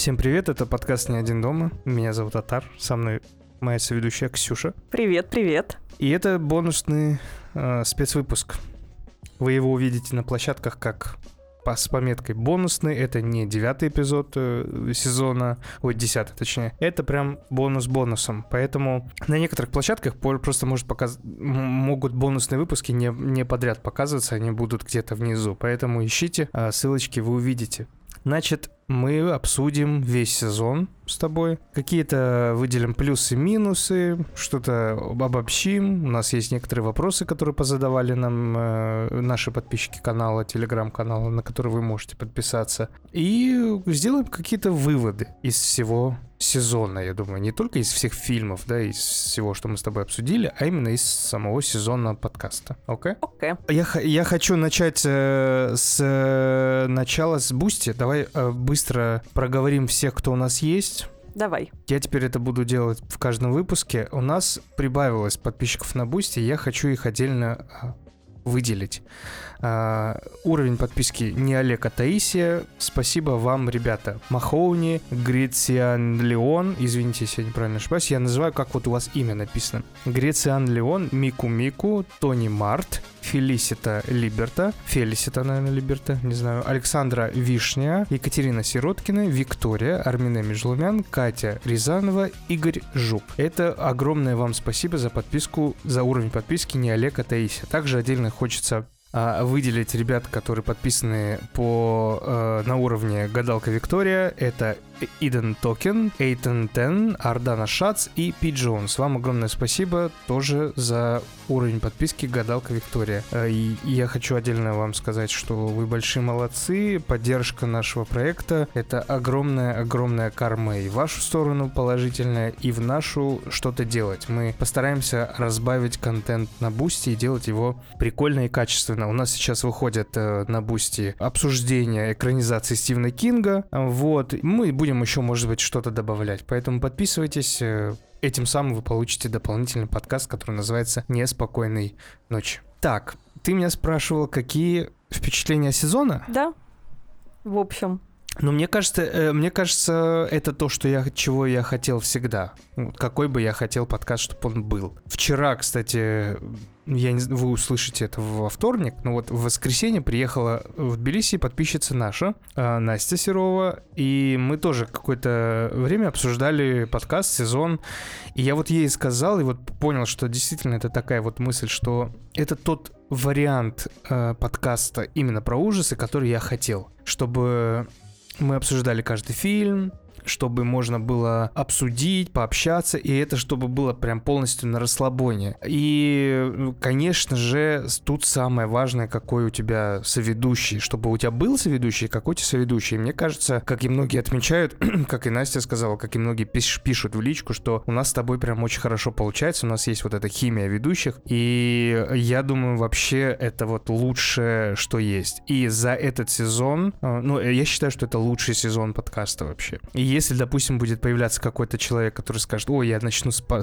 Всем привет, это подкаст «Не один дома». Меня зовут Атар, со мной моя соведущая Ксюша. Привет. И это бонусный спецвыпуск. Вы его увидите на площадках как с пометкой «бонусный». Это не 9-й эпизод сезона, 10-й точнее. Это прям бонус бонусом. Поэтому на некоторых площадках просто могут бонусные выпуски не подряд показываться, они будут где-то внизу. Поэтому ищите, ссылочки вы увидите. Значит, мы обсудим весь сезон с тобой. Какие-то выделим плюсы-минусы, что-то обобщим. У нас есть некоторые вопросы, которые позадавали нам наши подписчики канала, телеграм-канала, на который вы можете подписаться. И сделаем какие-то выводы из всего сезона, я думаю. Не только из всех фильмов, да, из всего, что мы с тобой обсудили, а именно из самого сезона подкаста. Окей? Окей. Я хочу начать с начала, с Boosty. Давай быстро проговорим всех, кто у нас есть. Давай. Я теперь это буду делать в каждом выпуске. У нас прибавилось подписчиков на Boosty, я хочу их отдельно выделить. Уровень подписки не Олег, а Таисия. Спасибо вам, ребята. Махоуни, Грециан Леон. Извините, если я неправильно ошибаюсь. Я называю, как вот у вас имя написано. Грециан Леон, Мику, Тони Март, Фелисита, наверное, Либерта, не знаю, Александра Вишня, Екатерина Сироткина, Виктория, Армине Межлумян, Катя Рязанова, Игорь Жук. Это огромное вам спасибо за подписку, за уровень подписки не Олег, а Таисия. Также отдельно хочется выделить ребят, которые подписаны на уровне Гадалка Виктория. Это Иден Токен, Эйтон Тен, Ардана Шац и Пи Джонс. Вам огромное спасибо тоже за уровень подписки Гадалка Виктория. И я хочу отдельно вам сказать, что вы большие молодцы. Поддержка нашего проекта — это огромная карма и в вашу сторону положительная, и в нашу что-то делать. Мы постараемся разбавить контент на Boosty и делать его прикольно и качественно. У нас сейчас выходят на Boosty обсуждения экранизации Стивена Кинга. Вот. Мы будем еще, может быть, что-то добавлять. Поэтому подписывайтесь. Этим самым вы получите дополнительный подкаст, который называется «Неспокойной ночи». Так, ты меня спрашивал, какие впечатления сезона? Да, в общем. Ну, мне кажется, это то, чего я хотел всегда. Какой бы я хотел подкаст, чтобы он был. Вчера, кстати, вы услышите это во вторник, но вот в воскресенье приехала в Тбилиси подписчица наша, Настя Серова, и мы тоже какое-то время обсуждали подкаст, сезон, и я вот ей сказал, и вот понял, что действительно это такая вот мысль, что это тот вариант подкаста именно про ужасы, который я хотел, чтобы мы обсуждали каждый фильм, чтобы можно было обсудить, пообщаться, и это чтобы было прям полностью на расслабоне. И, конечно же, тут самое важное, какой у тебя соведущий, чтобы у тебя был соведущий, какой у тебя соведущий. Мне кажется, как и многие отмечают, как и Настя сказала, как и многие пишут в личку, что у нас с тобой прям очень хорошо получается, у нас есть вот эта химия ведущих, и я думаю, вообще это вот лучшее, что есть. И за этот сезон, я считаю, что это лучший сезон подкаста вообще. И если, допустим, будет появляться какой-то человек, который скажет: «Ой, я начну секс,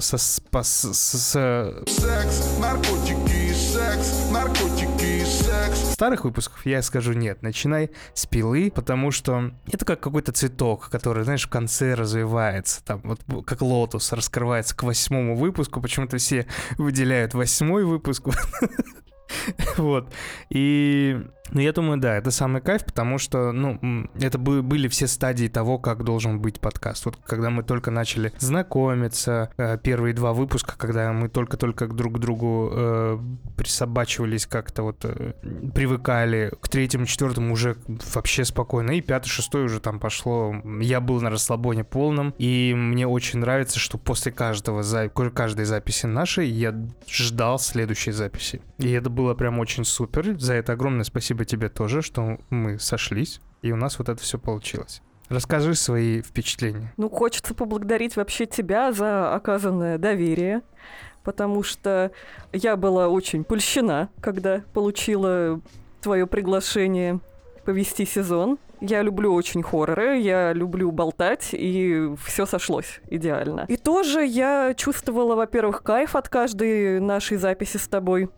наркотики, секс», старых выпусков, я скажу: нет, начинай с пилы, потому что это как какой-то цветок, который, знаешь, в конце развивается, там вот как лотос раскрывается к 8-му выпуску, почему-то все выделяют 8-й выпуск. Вот. И я думаю, да, это самый кайф, потому что, это были все стадии того, как должен быть подкаст. Вот когда мы только начали знакомиться, первые 2 выпуска, когда мы только-только друг к другу присобачивались, как-то вот привыкали, к 3-му, 4-му уже вообще спокойно, и 5-й, 6-й уже там пошло. Я был на расслабоне полном, и мне очень нравится, что после каждой записи нашей я ждал следующей записи. И это было прям очень супер. За это огромное спасибо тебе тоже, что мы сошлись, и у нас вот это все получилось. Расскажи свои впечатления. Хочется поблагодарить вообще тебя за оказанное доверие, потому что я была очень польщена, когда получила твое приглашение повести сезон. Я люблю очень хорроры, я люблю болтать, и все сошлось идеально. И тоже я чувствовала, во-первых, кайф от каждой нашей записи с тобой.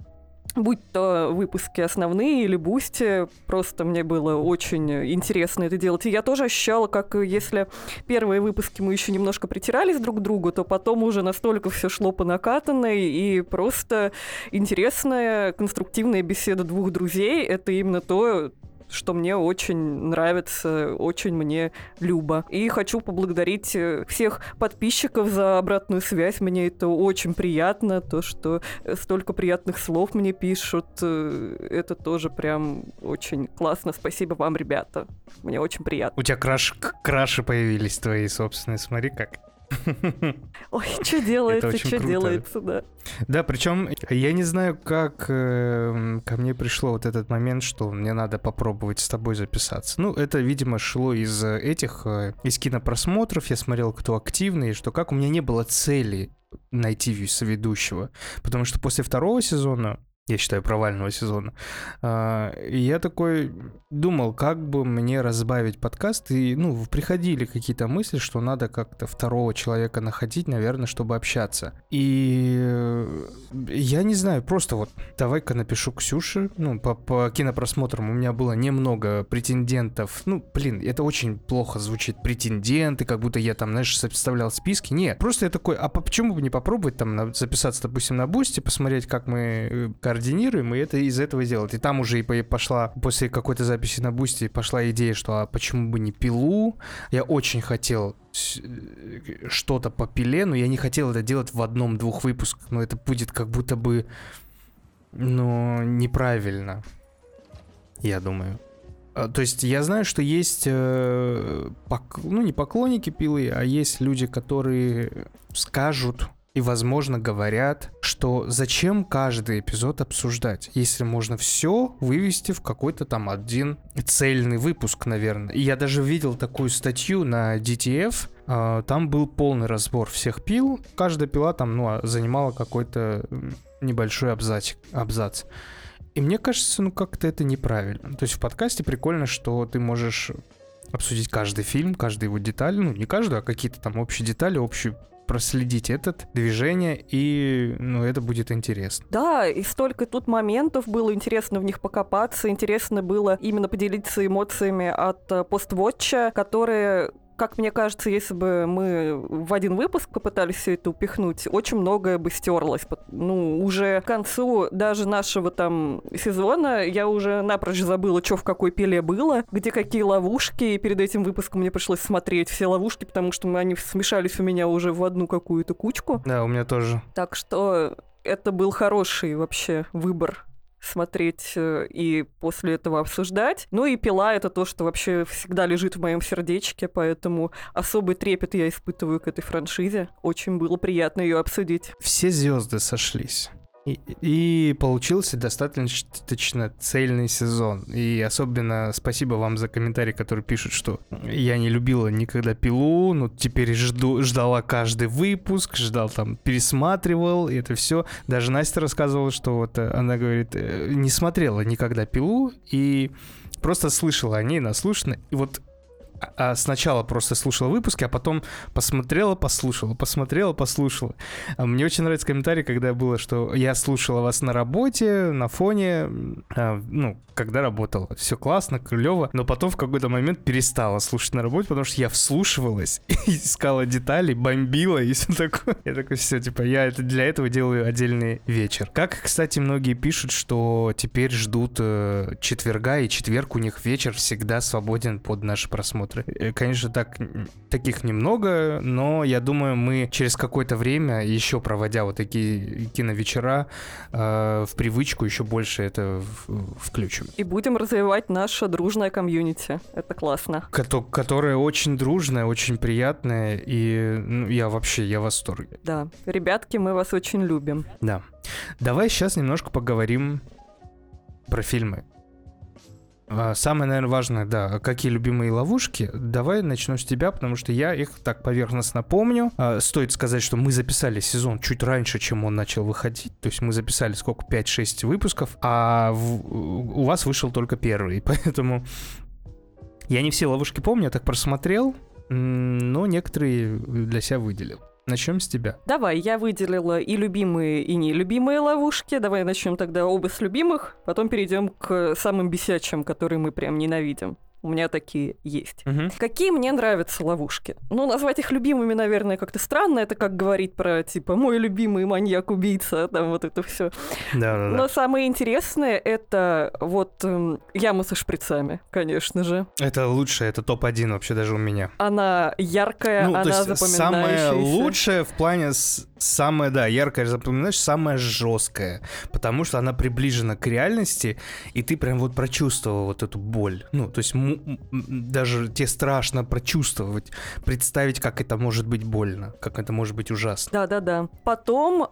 Будь то выпуски основные или бусти, просто мне было очень интересно это делать. И я тоже ощущала, как если первые выпуски мы еще немножко притирались друг к другу, то потом уже настолько все шло по накатанной, и просто интересная, конструктивная беседа двух друзей — это именно то, что мне очень нравится, очень мне любо. И хочу поблагодарить всех подписчиков за обратную связь. Мне это очень приятно, то, что столько приятных слов мне пишут. Это тоже прям очень классно. Спасибо вам, ребята. Мне очень приятно. У тебя краши появились твои собственные, смотри как. Ой, что делается, да. Да, причем я не знаю, как ко мне пришло вот этот момент, что мне надо попробовать с тобой записаться. Ну, это, видимо, шло из кинопросмотров. Я смотрел, кто активный, что как у меня не было цели найти соведущего. Потому что после второго сезона, я считаю, провального сезона, я такой думал, как бы мне разбавить подкаст, и, приходили какие-то мысли, что надо как-то второго человека находить, наверное, чтобы общаться. И я не знаю, просто вот давай-ка напишу Ксюше, по кинопросмотрам у меня было немного претендентов, это очень плохо звучит, претенденты, как будто я там, знаешь, составлял списки. Нет, просто я такой, а почему бы не попробовать там записаться, допустим, на Бусти, посмотреть, как мы координируем, и это из этого делать. И там уже и пошла, после какой-то записи на Бусти, пошла идея, что почему бы не Пилу. Я очень хотел что-то по Пиле, но я не хотел это делать в 1-2 выпусках, но это будет как будто бы, неправильно, я думаю. То есть я знаю, что есть, не поклонники Пилы, а есть люди, которые скажут и, возможно, говорят, что зачем каждый эпизод обсуждать, если можно все вывести в какой-то там один цельный выпуск, наверное. И я даже видел такую статью на DTF, там был полный разбор всех пил, каждая пила там, занимала какой-то небольшой абзац. И мне кажется, как-то это неправильно. То есть в подкасте прикольно, что ты можешь обсудить каждый фильм, каждую его деталь, не каждую, а какие-то там общие детали, проследить это движение, и, это будет интересно. Да, и столько тут моментов было, интересно в них покопаться, интересно было именно поделиться эмоциями от поствотча, которые, как мне кажется, если бы мы в один выпуск попытались все это упихнуть, очень многое бы стерлось. Уже к концу даже нашего там сезона я уже напрочь забыла, что в какой пиле было, где какие ловушки, и перед этим выпуском мне пришлось смотреть все ловушки, потому что они смешались у меня уже в одну какую-то кучку. Да, у меня тоже. Так что это был хороший вообще выбор смотреть и после этого обсуждать. И Пила — это то, что вообще всегда лежит в моем сердечке, поэтому особый трепет я испытываю к этой франшизе. Очень было приятно ее обсудить. Все звезды сошлись. И получился достаточно цельный сезон. И особенно спасибо вам за комментарии, которые пишут, что я не любила никогда Пилу, но теперь ждала каждый выпуск, пересматривал, и это все. Даже Настя рассказывала, что вот она говорит, не смотрела никогда Пилу, и просто слышала о ней наслушно, и вот сначала просто слушала выпуски, а потом посмотрела, послушала. Мне очень нравится комментарий, когда было, что я слушала вас на работе, на фоне, когда работала. Все классно, клево, но потом в какой-то момент перестала слушать на работе, потому что я вслушивалась, искала детали, бомбила и все такое. Я такой, все, я для этого делаю отдельный вечер. Как, кстати, многие пишут, что теперь ждут четверга, и четверг у них вечер всегда свободен под наши просмотры. Конечно, таких немного, но я думаю, мы через какое-то время, еще проводя вот такие киновечера, в привычку еще больше это включим. И будем развивать наше дружное комьюнити. Это классно. Которое очень дружное, очень приятное, и я в восторге. Да, ребятки, мы вас очень любим. Да. Давай сейчас немножко поговорим про фильмы. Самое, наверное, важное, да, какие любимые ловушки. Давай начнем с тебя, потому что я их так поверхностно помню. Стоит сказать, что мы записали сезон чуть раньше, чем он начал выходить. То есть мы записали 5-6 выпусков, а у вас вышел только первый. Поэтому я не все ловушки помню, я так просмотрел, но некоторые для себя выделил. Начнем с тебя. Давай, я выделила и любимые, и нелюбимые ловушки. Давай начнем тогда оба с любимых, потом перейдем к самым бесячим, которые мы прям ненавидим. У меня такие есть. Какие мне нравятся ловушки? Ну, назвать их любимыми, наверное, как-то странно. Это как говорить про, типа, мой любимый маньяк-убийца, там вот это все. Да. Но самое интересное — это вот яма со шприцами, конечно же. Это лучшее, это топ-1 вообще даже у меня. Она яркая, она запоминающаяся. Самое лучшее в плане самое, да, яркое, запоминаешь, самое жесткое, потому что она приближена к реальности, и ты прям вот прочувствовал вот эту боль. Ну, то есть даже тебе страшно прочувствовать, представить, как это может быть больно, как это может быть ужасно. Да. Потом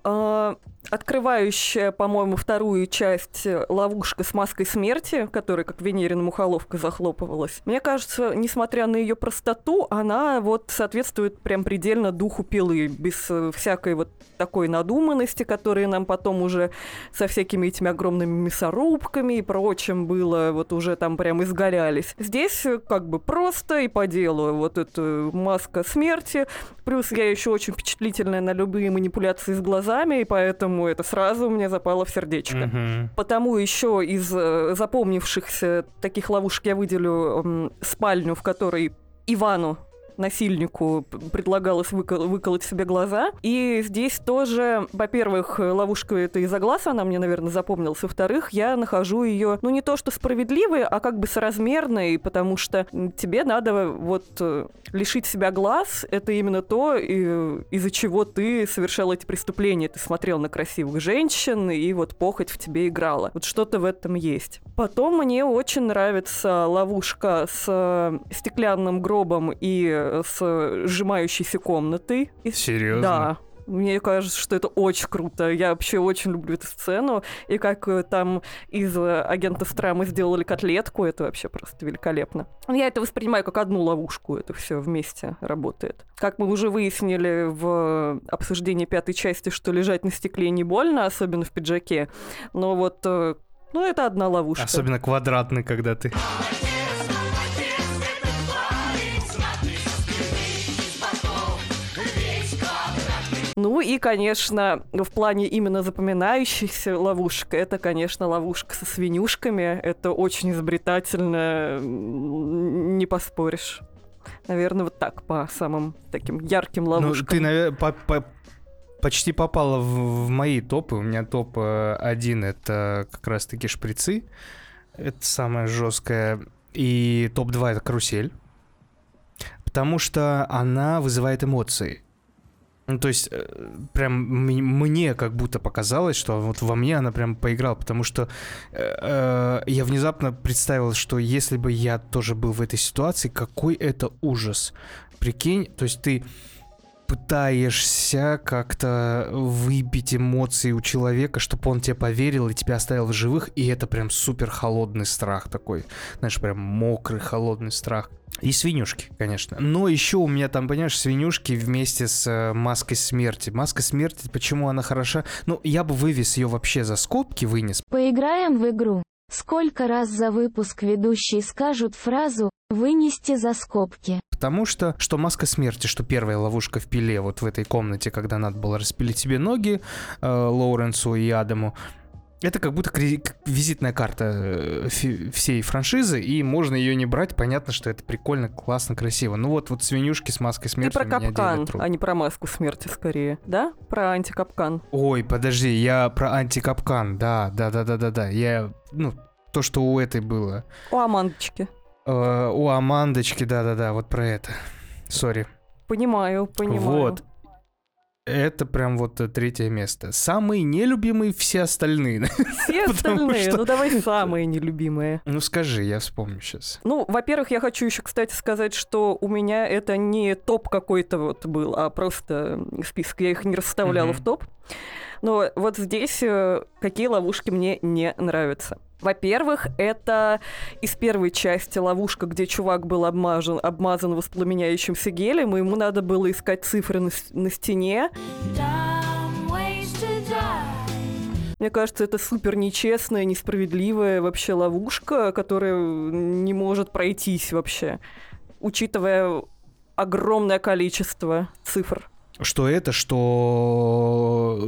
открывающая, по-моему, вторую часть ловушка с маской смерти, которая как Венерина мухоловка захлопывалась. Мне кажется, несмотря на ее простоту, она вот соответствует прям предельно духу Пилы, без всякой вот такой надуманности, которая нам потом уже со всякими этими огромными мясорубками и прочим было, вот уже там прям изгалялись. Здесь как бы просто и по делу вот эта маска смерти. Плюс я еще очень впечатлительная на любые манипуляции с глазами, и поэтому это сразу у меня запало в сердечко. Потому еще из запомнившихся таких ловушек я выделю спальню, в которой Ивану, насильнику, предлагалось выколоть себе глаза. И здесь тоже, во-первых, ловушка это из-за глаз, она мне, наверное, запомнилась. Во-вторых, я нахожу ее, ну, не то что справедливой, а как бы соразмерной, потому что тебе надо вот лишить себя глаз. Это именно то, из-за чего ты совершал эти преступления. Ты смотрел на красивых женщин, и вот похоть в тебе играла. Вот что-то в этом есть. Потом мне очень нравится ловушка с стеклянным гробом и с сжимающейся комнатой. Серьезно? Да. Мне кажется, что это очень круто. Я вообще очень люблю эту сцену. И как там из агента Страма сделали котлетку, это вообще просто великолепно. Я это воспринимаю как одну ловушку. Это все вместе работает. Как мы уже выяснили в обсуждении 5-й части, что лежать на стекле не больно, особенно в пиджаке. Но вот, ну, это одна ловушка. Особенно квадратный, когда ты... Ну и, конечно, в плане именно запоминающихся ловушек, это, конечно, ловушка со свинюшками. Это очень изобретательно, не поспоришь. Наверное, вот так, по самым таким ярким ловушкам. Ну, ты, наверное, почти попала в мои топы. У меня топ-1 это как раз-таки шприцы. Это самое жесткое. И топ-2 это карусель. Потому что она вызывает эмоции. Ну, то есть, прям мне как будто показалось, что вот во мне она прям поиграла, потому что я внезапно представил, что если бы я тоже был в этой ситуации, какой это ужас. Прикинь, то есть ты пытаешься как-то выбить эмоции у человека, чтобы он тебе поверил и тебя оставил в живых, и это прям супер холодный страх такой, знаешь, прям мокрый холодный страх. И свинюшки, конечно. Но еще у меня там, понимаешь, свинюшки вместе с маской смерти. Маска смерти, почему она хороша? Ну, я бы вывез ее вообще за скобки, вынес. Поиграем в игру. Сколько раз за выпуск ведущие скажут фразу «вынести за скобки»? Потому что маска смерти, что первая ловушка в Пиле, вот в этой комнате, когда надо было распилить себе ноги Лоуренсу и Адаму, это как будто визитная карта всей франшизы, и можно ее не брать. Понятно, что это прикольно, классно, красиво. Ну вот свинюшки с маской смерти. Ты про капкан, а не про маску смерти скорее, да? Про антикапкан. Ой, подожди, я про антикапкан, да. Я, то, что у этой было. У Амандочки. У Амандочки, да, вот про это. Сори. Понимаю. Вот. Это прям вот третье место. Самые нелюбимые все остальные. Все остальные? Ну давай самые нелюбимые. Ну скажи, я вспомню сейчас. Ну, во-первых, я хочу еще, кстати, сказать, что у меня это не топ какой-то вот был, а просто список. Я их не расставляла в топ. Но вот здесь какие ловушки мне не нравятся. Во-первых, это из первой части ловушка, где чувак был обмазан воспламеняющимся гелем, и ему надо было искать цифры на стене. Мне кажется, это супер нечестная, несправедливая вообще ловушка, которая не может пройтись вообще, учитывая огромное количество цифр. что это, что...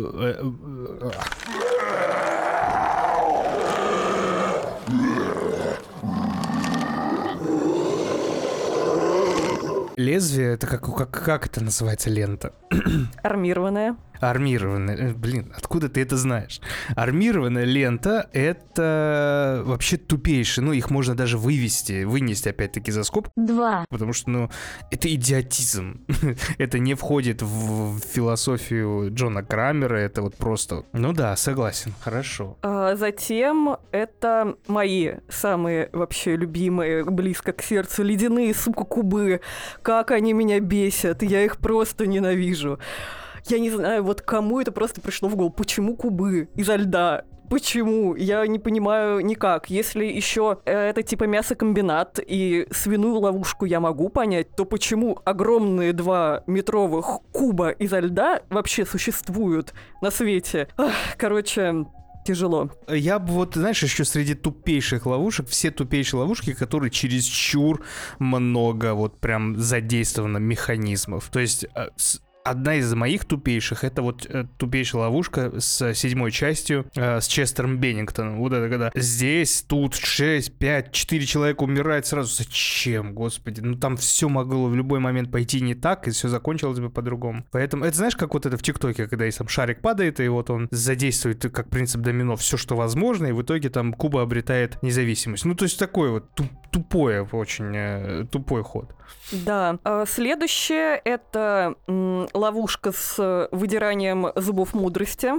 Лезвие, это как это называется, лента? Армированная. Армированная. Блин, откуда ты это знаешь? Армированная лента — это вообще тупейшее. Ну, их можно даже вынести опять-таки за скобку. 2. Потому что, это идиотизм. Это не входит в философию Джона Крамера. Это вот просто... Ну да, согласен, хорошо. Затем это мои самые вообще любимые, близко к сердцу, ледяные, сука, кубы. Как они меня бесят. Я их просто ненавижу. Я не знаю, вот кому это просто пришло в голову. Почему кубы изо льда? Почему? Я не понимаю никак. Если еще это типа мясокомбинат и свиную ловушку я могу понять, то почему огромные 2-метровых куба изо льда вообще существуют на свете? Короче... Тяжело. Я бы вот, знаешь, еще среди тупейших ловушек, все тупейшие ловушки, которые чересчур много вот прям задействовано механизмов. То есть... Одна из моих тупейших — это вот тупейшая ловушка с 7-й частью, с Честером Беннингтоном. Вот это когда здесь, тут 6, 5, 4 человека умирают сразу. Зачем, господи? Ну там все могло в любой момент пойти не так, и все закончилось бы по-другому. Поэтому, это знаешь, как вот это в ТикТоке, когда есть там шарик падает, и вот он задействует как принцип домино все, что возможно, и в итоге там Куба обретает независимость. Ну то есть такой вот тупой, очень тупой ход. Да. Следующее — это ловушка с выдиранием зубов мудрости,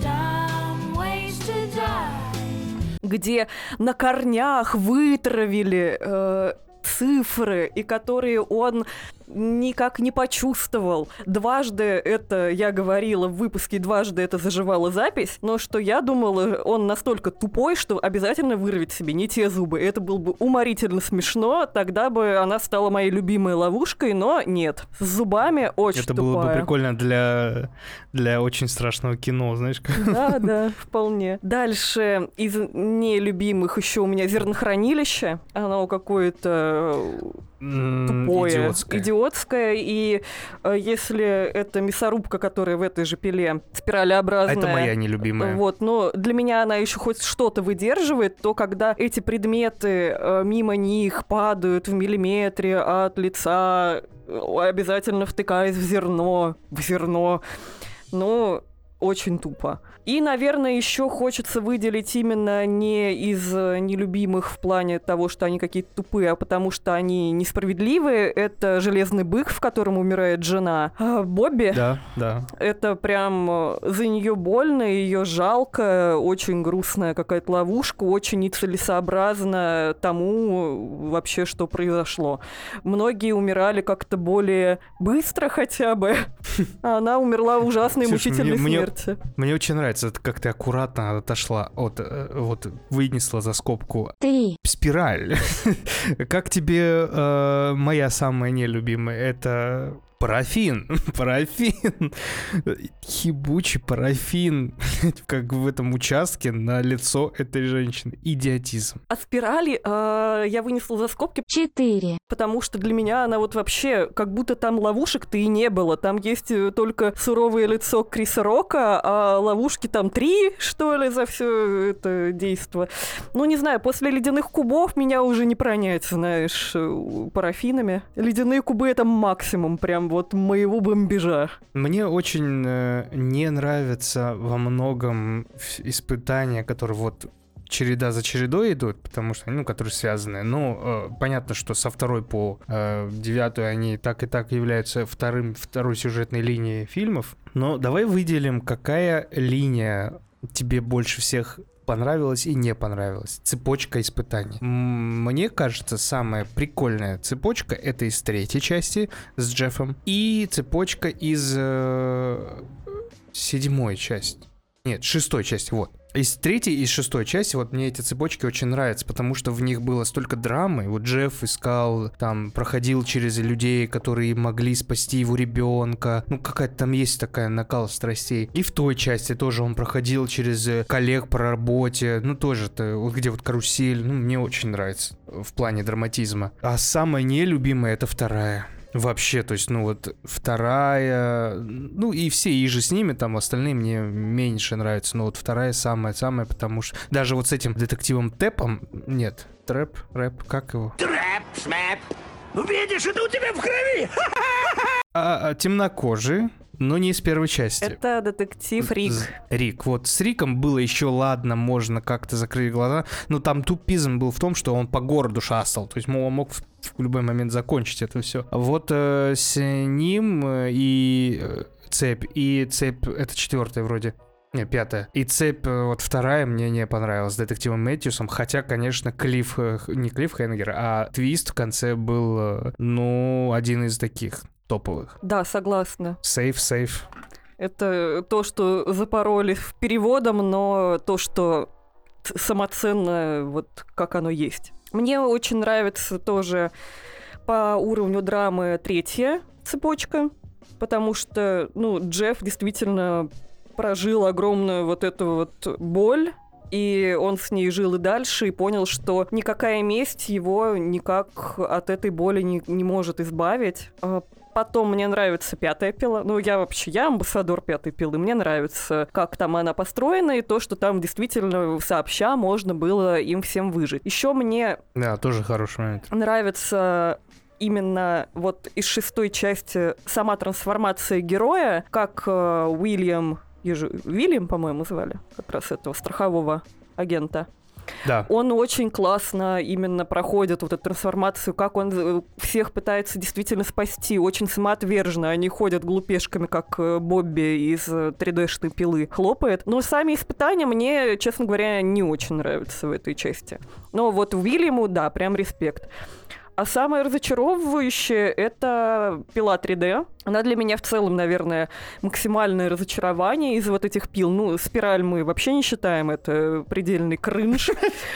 где на корнях вытравили цифры, и которые он никак не почувствовал. Дважды это я говорила в выпуске, дважды это заживала запись, но что я думала, он настолько тупой, что обязательно вырвет себе не те зубы. Это было бы уморительно смешно, тогда бы она стала моей любимой ловушкой, но нет. С зубами очень это тупая. Это было бы прикольно для очень страшного кино, знаешь? Да, вполне. Дальше из нелюбимых еще у меня зернохранилище. Оно какое-то тупое, идиотское, и если это мясорубка, которая в этой же пиле спиралеобразная... Это моя нелюбимая. Вот, но для меня она еще хоть что-то выдерживает, то когда эти предметы мимо них падают в миллиметре от лица, обязательно втыкаясь в зерно, ну, очень тупо. И, наверное, еще хочется выделить именно не из нелюбимых в плане того, что они какие-то тупые, а потому что они несправедливые. Это «Железный бык», в котором умирает жена Бобби. Да. Это прям за нее больно, ее жалко, очень грустная какая-то ловушка, очень нецелесообразно тому вообще, что произошло. Многие умирали как-то более быстро хотя бы, а она умерла ужасной мучительной смерти. Мне очень нравится, как ты аккуратно отошла от, вот, вынесла за скобку. 3. Спираль. Как тебе моя самая нелюбимая? Это... Парафин. Ебучий парафин. Как в этом участке на лицо этой женщины. Идиотизм. А спирали я вынесла за скобки. 4. Потому что для меня она вот вообще, как будто там ловушек-то и не было. Там есть только суровое лицо Криса Рока, а ловушки там 3, что ли, за все это действо. Ну, не знаю, после ледяных кубов меня уже не пронять, знаешь, парафинами. Ледяные кубы — это максимум прям вот моего бомбежа. Мне очень не нравятся во многом испытания, которые вот череда за чередой идут, потому что, которые связаны. Понятно, что со 2 по 9 они так и так являются второй сюжетной линией фильмов. Но давай выделим, какая линия тебе больше всех понравилась и не понравилась. Цепочка испытаний. Мне кажется, самая прикольная цепочка — это из 3-й части с Джеффом и цепочка из 7-й части. Нет, 6-й части, вот. Из 3-й и 6-й части вот мне эти цепочки очень нравятся, потому что в них было столько драмы. Вот Джефф искал, проходил через людей, которые могли спасти его ребенка. Какая-то там есть такая накал страстей. И в той части тоже он проходил через коллег по работе. Тоже-то, вот где вот карусель. Мне очень нравится в плане драматизма. А самая нелюбимая — это 2-я. Вообще, то есть, ну вот вторая, ну и все, и же с ними, там остальные мне меньше нравятся, но вот вторая самая-самая, потому что даже вот с этим детективом Тэпом, нет, рэп, как его? Трэп, смэп. Видишь, это у тебя в крови. Темнокожий, но не из первой части. Это детектив Рик. Рик. Вот с Риком было еще ладно, можно как-то закрыть глаза, но там тупизм был в том, что он по городу шастал, то есть он мог в любой момент закончить это все. Вот с ним и цепь, это четвертая вроде. Не, пятая. И цепь, вот вторая, мне не понравилась, с детективом Мэтьюсом. Хотя, конечно, не Клиффхенгер, а твист в конце был, ну, один из таких топовых. Да, согласна. Сейф. Это то, что запороли переводом, но то, что самоценно, вот как оно есть. Мне очень нравится тоже по уровню драмы третья цепочка, потому что, ну, Джефф действительно прожил огромную вот эту вот боль, и он с ней жил и дальше, и понял, что никакая месть его никак от этой боли не может избавить. Потом мне нравится пятая пила. Ну, я амбассадор пятой пилы. Мне нравится, как там она построена, и то, что там действительно сообща можно было им всем выжить. Еще мне... Да, тоже хороший момент. Нравится именно вот из шестой части сама трансформация героя, как Уильям, по-моему, звали, как раз этого страхового агента. Да. Он очень классно именно проходит вот эту трансформацию, как он всех пытается действительно спасти, очень самоотверженно. Они ходят глупешками, как Бобби из 3D-шной пилы хлопает. Но сами испытания мне, честно говоря, не очень нравятся в этой части. Но вот Уильяму, да, прям респект. А самое разочаровывающее — это пила 3D. Она для меня в целом, наверное, максимальное разочарование из вот этих пил. Ну, спираль мы вообще не считаем, это предельный кринж.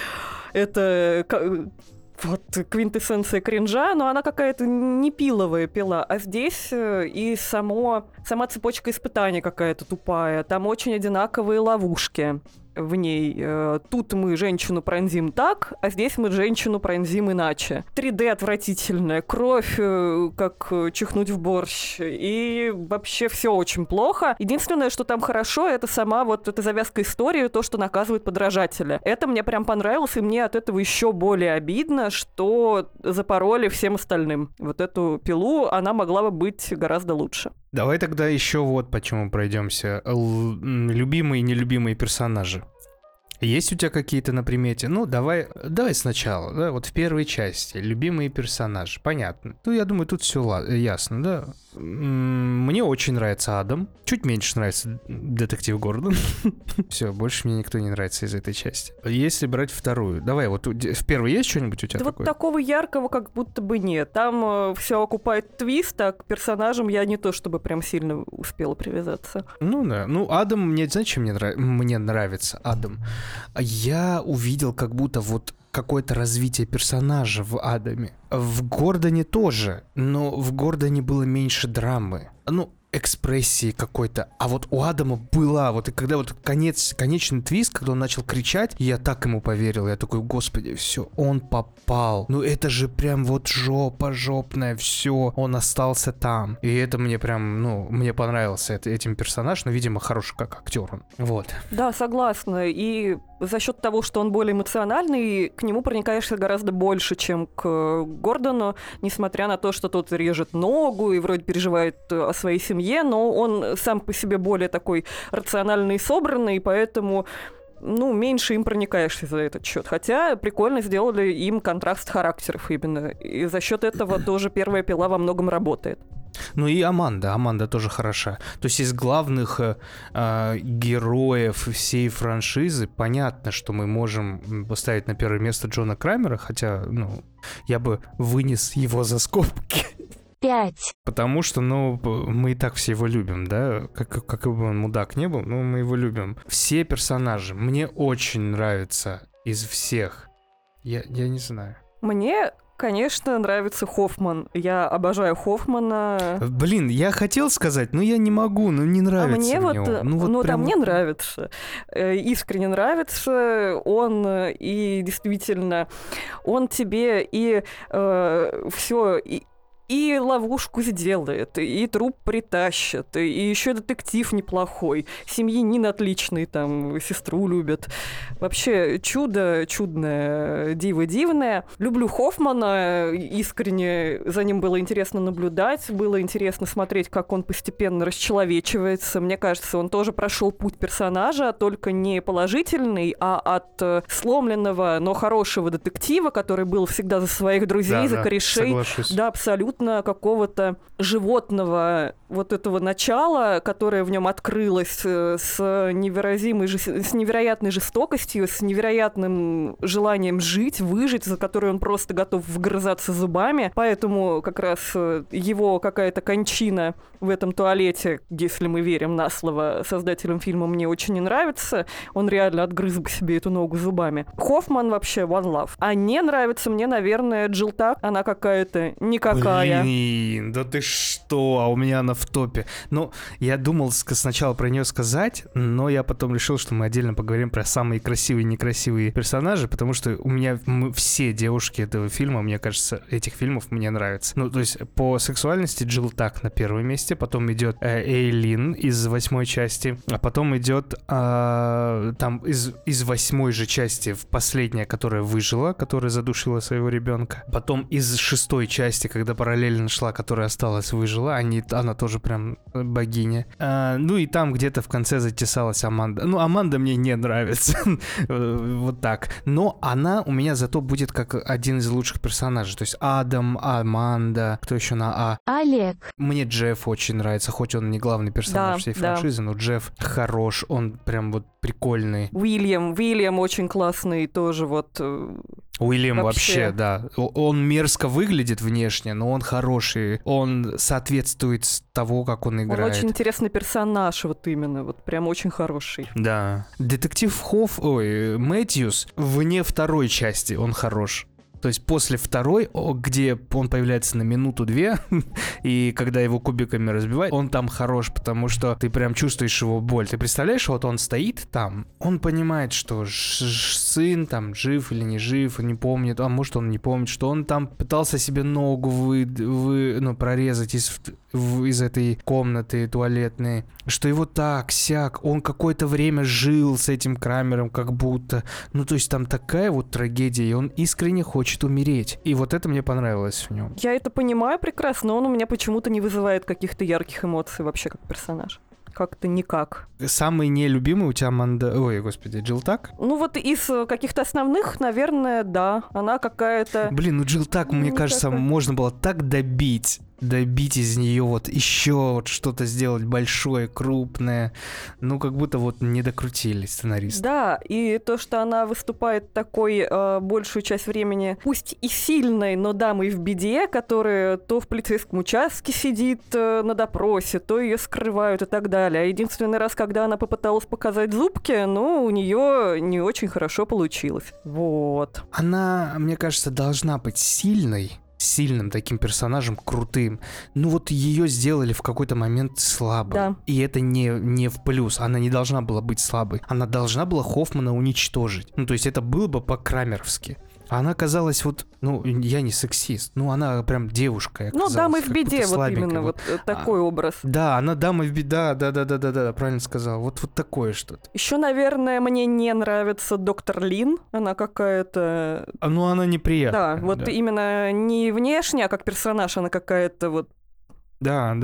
Это вот квинтэссенция кринжа, но она какая-то не пиловая пила. А здесь и сама цепочка испытаний какая-то тупая. Там очень одинаковые ловушки в ней. Тут мы женщину пронзим так, а здесь мы женщину пронзим иначе. 3D отвратительная, кровь как чихнуть в борщ, и вообще все очень плохо. Единственное, что там хорошо, это сама вот эта завязка истории, то, что наказывает подражателя. Это мне прям понравилось, и мне от этого еще более обидно, что запороли всем остальным. Вот эту пилу, она могла бы быть гораздо лучше. Давай тогда еще вот почему пройдемся. Любимые и нелюбимые персонажи. Есть у тебя какие-то на примете? Ну, давай сначала, да, вот в первой части. Любимые персонажи, понятно. Ну, я думаю, тут все ясно, да. Мне очень нравится Адам. Чуть меньше нравится детектив Гордон. Все, больше мне никто не нравится из этой части. Если брать вторую, давай, вот в первой есть что-нибудь у тебя да такое? Вот такого яркого как будто бы нет. Там все окупает твист, а к персонажам я не то чтобы прям сильно успела привязаться. Ну да, ну Адам, мне, знаете, чем мне нравится Адам? Я увидел как будто вот какое-то развитие персонажа в Адаме. В Гордоне тоже, но в Гордоне было меньше драмы. Ну, экспрессии какой-то. А вот у Адама была, вот и когда вот конечный твист, когда он начал кричать, я так ему поверил. Я такой, господи, все, он попал. Ну это же прям вот жопная, все, он остался там. И это мне прям, ну, мне понравился этим персонаж, но, видимо, хороший как актер он. Вот. Да, согласна. И за счет того, что он более эмоциональный, к нему проникаешься гораздо больше, чем к Гордону, несмотря на то, что тот режет ногу и вроде переживает о своей семье, но он сам по себе более такой рациональный и собранный, и поэтому, ну, меньше им проникаешься за этот счет. Хотя прикольно сделали им контраст характеров именно. И за счет этого тоже первая пила во многом работает. Ну и Аманда тоже хороша. То есть из главных героев всей франшизы понятно, что мы можем поставить на первое место Джона Крамера, хотя, ну, я бы вынес его за скобки. 5. Потому что, ну, мы и так все его любим, да? Как бы он мудак не был, но мы его любим. Все персонажи мне очень нравятся из всех. Я не знаю. Мне, конечно, нравится Хоффман. Я обожаю Хоффмана. Блин, я хотел сказать, но я не могу, ну не нравится мне мне вот, он. Ну, да, мне нравится. Искренне нравится. Он и действительно, он тебе и все... и ловушку сделает, и труп притащит, и еще детектив неплохой, семьянин отличный, там, сестру любит. Вообще чудо, чудное, диво дивное. Люблю Хоффмана, искренне за ним было интересно наблюдать, было интересно смотреть, как он постепенно расчеловечивается. Мне кажется, он тоже прошел путь персонажа, только не положительный, а от сломленного, но хорошего детектива, который был всегда за своих друзей, за корешей. Соглашусь. Да, абсолютно какого-то животного вот этого начала, которое в нем открылось с невероятной жестокостью, с невероятным желанием жить, выжить, за которое он просто готов вгрызаться зубами. Поэтому как раз его какая-то кончина в этом туалете, если мы верим на слово создателям фильма, мне очень не нравится. Он реально отгрыз бы себе эту ногу зубами. Хоффман вообще one love. А не нравится мне, наверное, Джилл Так. Она какая-то никакая. Блин, да ты что? А у меня она в топе. Ну, я думал сначала про нее сказать, но я потом решил, что мы отдельно поговорим про самые красивые и некрасивые персонажи, потому что у меня все девушки этого фильма, мне кажется, этих фильмов мне нравятся. Ну, то есть по сексуальности Джилл Так на первом месте, потом идет Эйлин из 8 части, а потом идет там из 8 же части в последняя, которая выжила, которая задушила своего ребенка. Потом из 6 части, когда параллельно шла, которая осталась, выжила. Она тоже прям богиня. Ну и там где-то в конце затесалась Аманда. Ну, Аманда мне не нравится. Вот так. Но она у меня зато будет как один из лучших персонажей. То есть Адам, Аманда, кто еще на А? Олег. Мне Джефф очень нравится, хоть он не главный персонаж всей франшизы, но Джефф хорош, он прям вот прикольный. Уильям очень классный тоже вот. Уильям вообще, да. Он мерзко выглядит внешне, но он хороший. Он соответствует того, как он играет. Он очень интересный персонаж, вот именно, вот прям очень хороший. Да. Детектив Мэтьюс вне 2 части он хорош. То есть после 2, где он появляется на минуту-две, и когда его кубиками разбивают, он там хорош, потому что ты прям чувствуешь его боль. Ты представляешь, вот он стоит там, он понимает, что сын там жив или не жив, не помнит, а может он не помнит, что он там пытался себе ногу прорезать из этой комнаты туалетной, что его так-сяк, он какое-то время жил с этим Крамером как будто. Ну, то есть там такая вот трагедия, и он искренне хочет умереть. И вот это мне понравилось в нем. Я это понимаю прекрасно, но он у меня почему-то не вызывает каких-то ярких эмоций вообще как персонаж. Как-то никак. Самый нелюбимый у тебя Джилл Так? Ну вот из каких-то основных, наверное, да. Она какая-то... Блин, Джилл Так, мне кажется, можно было так добить из нее вот еще вот что-то сделать большое, крупное. Ну, как будто вот не докрутили сценаристы. Да, и то, что она выступает такой большую часть времени, пусть и сильной, но дамой в беде, которая то в полицейском участке сидит на допросе, то ее скрывают и так далее. Единственный раз, когда она попыталась показать зубки, у нее не очень хорошо получилось. Вот. Она, мне кажется, должна быть сильным таким персонажем, крутым. Ну вот ее сделали в какой-то момент слабой. Да. И это не в плюс. Она не должна была быть слабой. Она должна была Хоффмана уничтожить. Ну то есть это было бы по-крамеровски. А она казалась я не сексист, она прям девушка. Дамы в беде, вот именно вот такой образ. Да, она дама в беде, да, правильно сказал. Вот такое что-то. Еще, наверное, мне не нравится доктор Лин, она какая-то... Она неприятная. Да, вот именно не внешне, а как персонаж она какая-то вот... Да.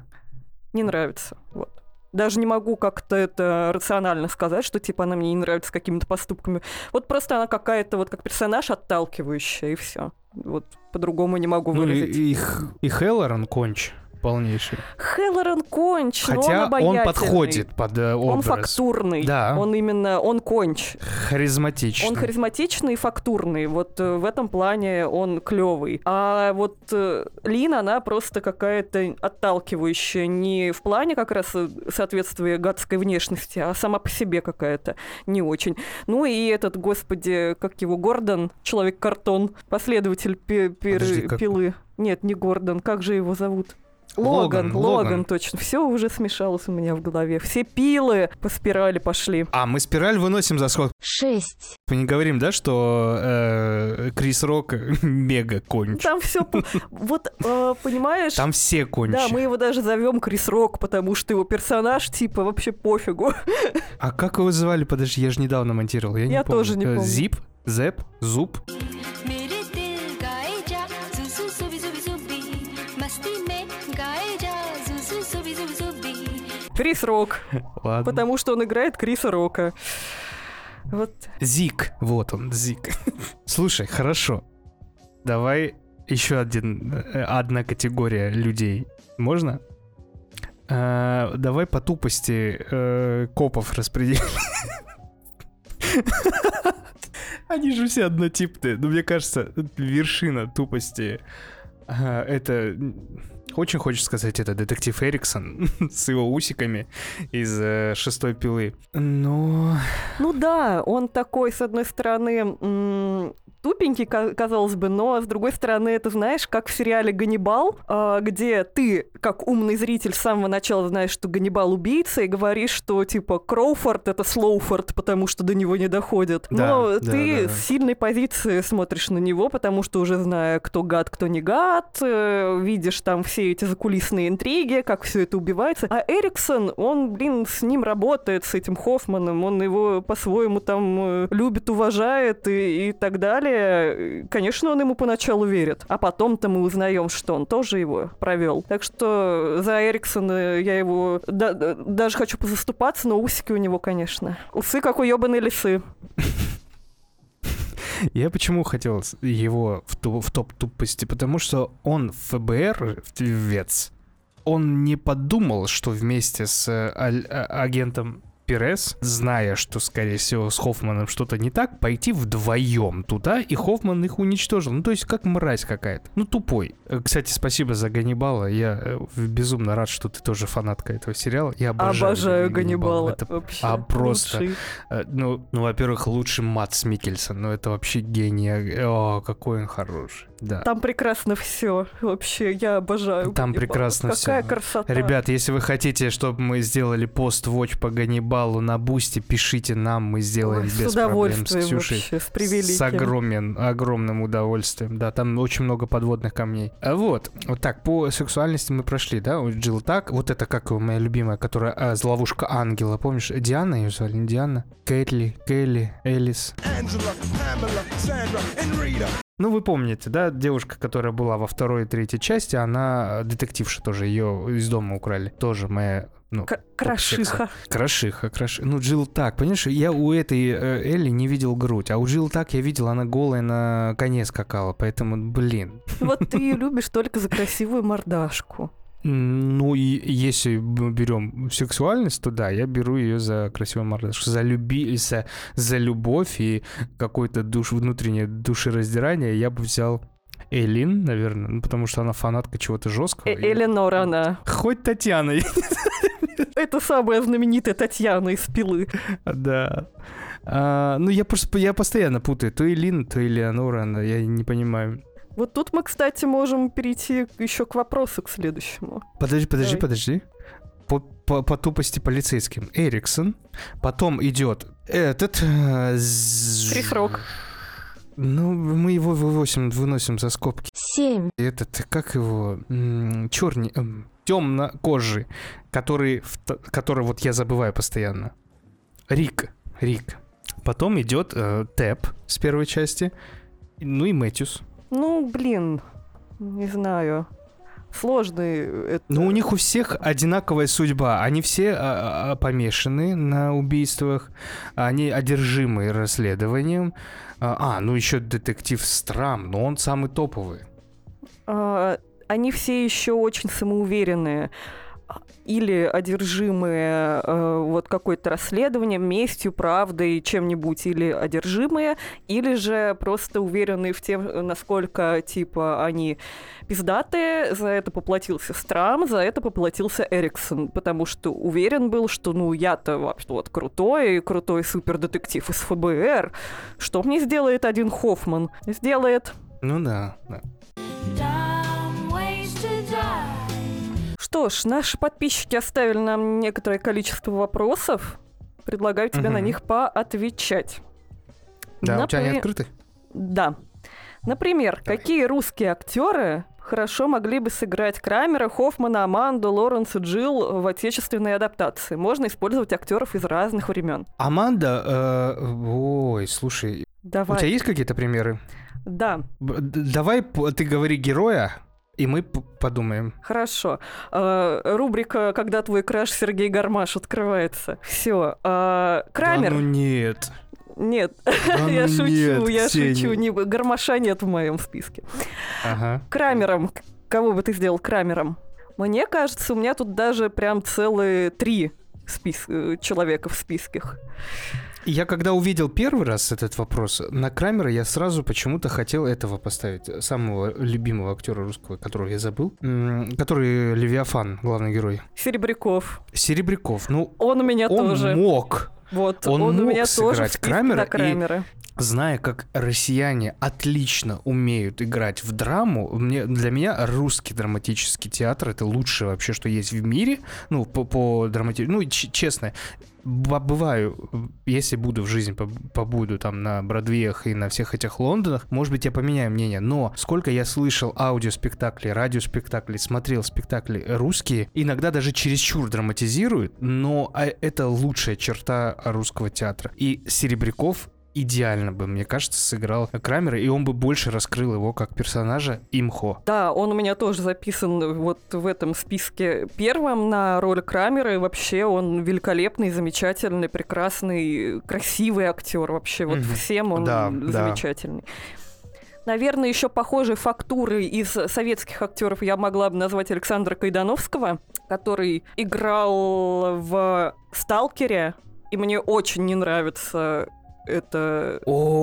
Не нравится, вот. Даже не могу как-то это рационально сказать, что, она мне не нравится какими-то поступками. Вот просто она какая-то, вот как персонаж, отталкивающая, и все. Вот по-другому не могу выразить. И Хеллоран конч полнейший. Хеллоран конч, хотя но он подходит под образ. Он фактурный. Да. Он конч. Харизматичный. Он харизматичный и фактурный. Вот в этом плане он клевый. А вот Лин, она просто какая-то отталкивающая. Не в плане как раз соответствия гадской внешности, а сама по себе какая-то не очень. Ну и этот, господи, как его, Гордон, Человек-картон, последователь пилы. Нет, не Гордон, как же его зовут? Логан, точно. Все уже смешалось у меня в голове. Все пилы по спирали пошли. А, мы спираль выносим за сколько? 6. Мы не говорим, да, что Крис Рок мега конч. Там все... Вот, понимаешь... Там все кончи. Да, мы его даже зовем Крис Рок, потому что его персонаж, типа, вообще пофигу. А как его звали? Подожди, я же недавно монтировал. Я не помню. тоже не помню. Зип? Зэп? Зуб? Крис Рок. Ладно. Потому что он играет Криса Рока. Вот. Зик. Вот он, Зик. Слушай, хорошо. Давай еще одна категория людей. Можно? Давай по тупости копов распределим. Они же все однотипные. Но мне кажется, вершина тупости это... Очень хочется сказать, это детектив Эриксон с его усиками из «Шестой пилы». Но... Ну да, он такой, с одной стороны, тупенький, казалось бы, но с другой стороны, это, знаешь, как в сериале «Ганнибал», где ты, как умный зритель, с самого начала знаешь, что Ганнибал убийца, и говоришь, что, типа, Кроуфорд — это Слоуфорд, потому что до него не доходит. Но ты с сильной позиции смотришь на него, потому что уже зная, кто гад, кто не гад, видишь там все эти закулисные интриги, как все это убивается. А Эриксон, он, с ним работает, с этим Хоффманом, он его по-своему там любит, уважает и так далее. Конечно, он ему поначалу верит, а потом-то мы узнаем, что он тоже его провел. Так что за Эриксона я его даже хочу позаступаться, но усики у него, конечно. Усы, как у ёбаной лисы. Я почему хотел его в топ тупости? Потому что он ФБР-вец. Он не подумал, что вместе с агентом Перес, зная, что, скорее всего, с Хоффманом что-то не так, пойти вдвоем туда, и Хоффман их уничтожил. Ну, то есть, как мразь какая-то. Ну, тупой. Кстати, спасибо за Ганнибала. Я безумно рад, что ты тоже фанатка этого сериала. Я обожаю Ганнибала. Это вообще просто... лучший. Ну, во-первых, лучший Мадс Миккельсон. Ну, это вообще гений. О, какой он хороший. Да. Там прекрасно все. Вообще, я обожаю Там Ганнибала. прекрасно все. Какая красота. Ребят, если вы хотите, чтобы мы сделали пост-вотч по Ганнибалу на Бусти, пишите нам, мы сделаем без проблем с Ксюшей. Вообще, с превеликим. С огромным удовольствием. Да, там очень много подводных камней. Вот так, по сексуальности мы прошли, да? Джилл так. Вот это как моя любимая, которая ловушка ангела. Помнишь, Диана ее звали? Не Диана? Кэлли, Элис. Ну, вы помните, да, девушка, которая была во второй и третьей части, она детективша тоже, ее из дома украли. Тоже моя, Крошиха. Крошиха. Ну, Джилл так, понимаешь, я у этой Элли не видел грудь, а у Джилл так я видел, она голая на коне скакала, поэтому, блин. Вот ты ее любишь только за красивую мордашку. Ну, и если мы берем сексуальность, то да, я беру ее за красивую мордашку, за любовь и какое-то внутреннее душераздирание я бы взял Элин, наверное, ну, потому что она фанатка чего-то жесткого. Эленор она. Хоть Татьяна. Это самая знаменитая Татьяна из «Пилы». Да. Ну, я постоянно путаю. То Элин, то Элеонора, я не понимаю. Вот тут мы, кстати, можем перейти еще к вопросу, к следующему. Подожди. По тупости полицейским. Эриксон. Потом идет этот... Крис Рок. Ну, мы его выносим за скобки. 7. Этот, как его... темнокожий, который вот я забываю постоянно. Рик. Потом идет Тэп с первой части. Ну и Мэтьюс. Ну, блин, не знаю. Сложный это... Ну, у них у всех одинаковая судьба. Они все помешаны на убийствах. Они одержимы расследованием. Ну еще детектив Страм, но он самый топовый. Они все еще очень самоуверенные. Или одержимые вот какое-то расследованием, местью, правдой, чем-нибудь, или одержимые, или же просто уверенные в том, насколько, типа, они пиздатые, за это поплатился Страм, за это поплатился Эриксон, потому что уверен был, что, ну, я-то вообще вот крутой супердетектив из ФБР, что мне сделает один Хоффман? Сделает. Ну да. Что ж, наши подписчики оставили нам некоторое количество вопросов. Предлагаю тебе на них поотвечать. Да, у тебя они открыты? Да. Например, Давай. какие русские актеры хорошо могли бы сыграть Крамера, Хоффмана, Аманду, Лоренс и Джилл в отечественной адаптации? Можно использовать актеров из разных времен. Аманда, ой, слушай, Давай. у тебя есть какие-то примеры? Да. Давай ты говори героя, и мы подумаем. Хорошо. Рубрика «Когда твой краш Сергей Гармаш» открывается. Все. Крамер. Да ну нет. Нет, Да я ну шучу, нет, я Ксения. шучу. Гармаша нет в моем списке. Ага. Крамером. Кого бы ты сделал Крамером? Мне кажется, у меня тут даже прям целые 3 человека в списках. Я когда увидел первый раз этот вопрос, на Крамера я сразу почему-то хотел этого поставить. Самого любимого актера русского, которого я забыл. Который Левиафан, главный герой. Серебряков. Серебряков. Ну, Он у меня он тоже. мог. Вот, он у мог меня тоже сыграть в списке Крамера, на Крамера. Зная, как россияне отлично умеют играть в драму, для меня русский драматический театр — это лучшее вообще, что есть в мире. Ну, по драматическому... Ну, честно, бываю, если буду в жизни, побуду там на Бродвеях и на всех этих Лондонах, может быть, я поменяю мнение, но сколько я слышал аудиоспектаклей, радиоспектаклей, смотрел спектакли русские, иногда даже чересчур драматизируют, но это лучшая черта русского театра. И Серебряков идеально бы, мне кажется, сыграл Крамера, и он бы больше раскрыл его как персонажа Имхо. Да, он у меня тоже записан вот в этом списке первым на роль Крамера, и вообще он великолепный, замечательный, прекрасный, красивый актер вообще, вот всем он замечательный. Наверное, еще похожей фактурой из советских актеров я могла бы назвать Александра Кайдановского, который играл в «Сталкере», и мне очень не нравится это...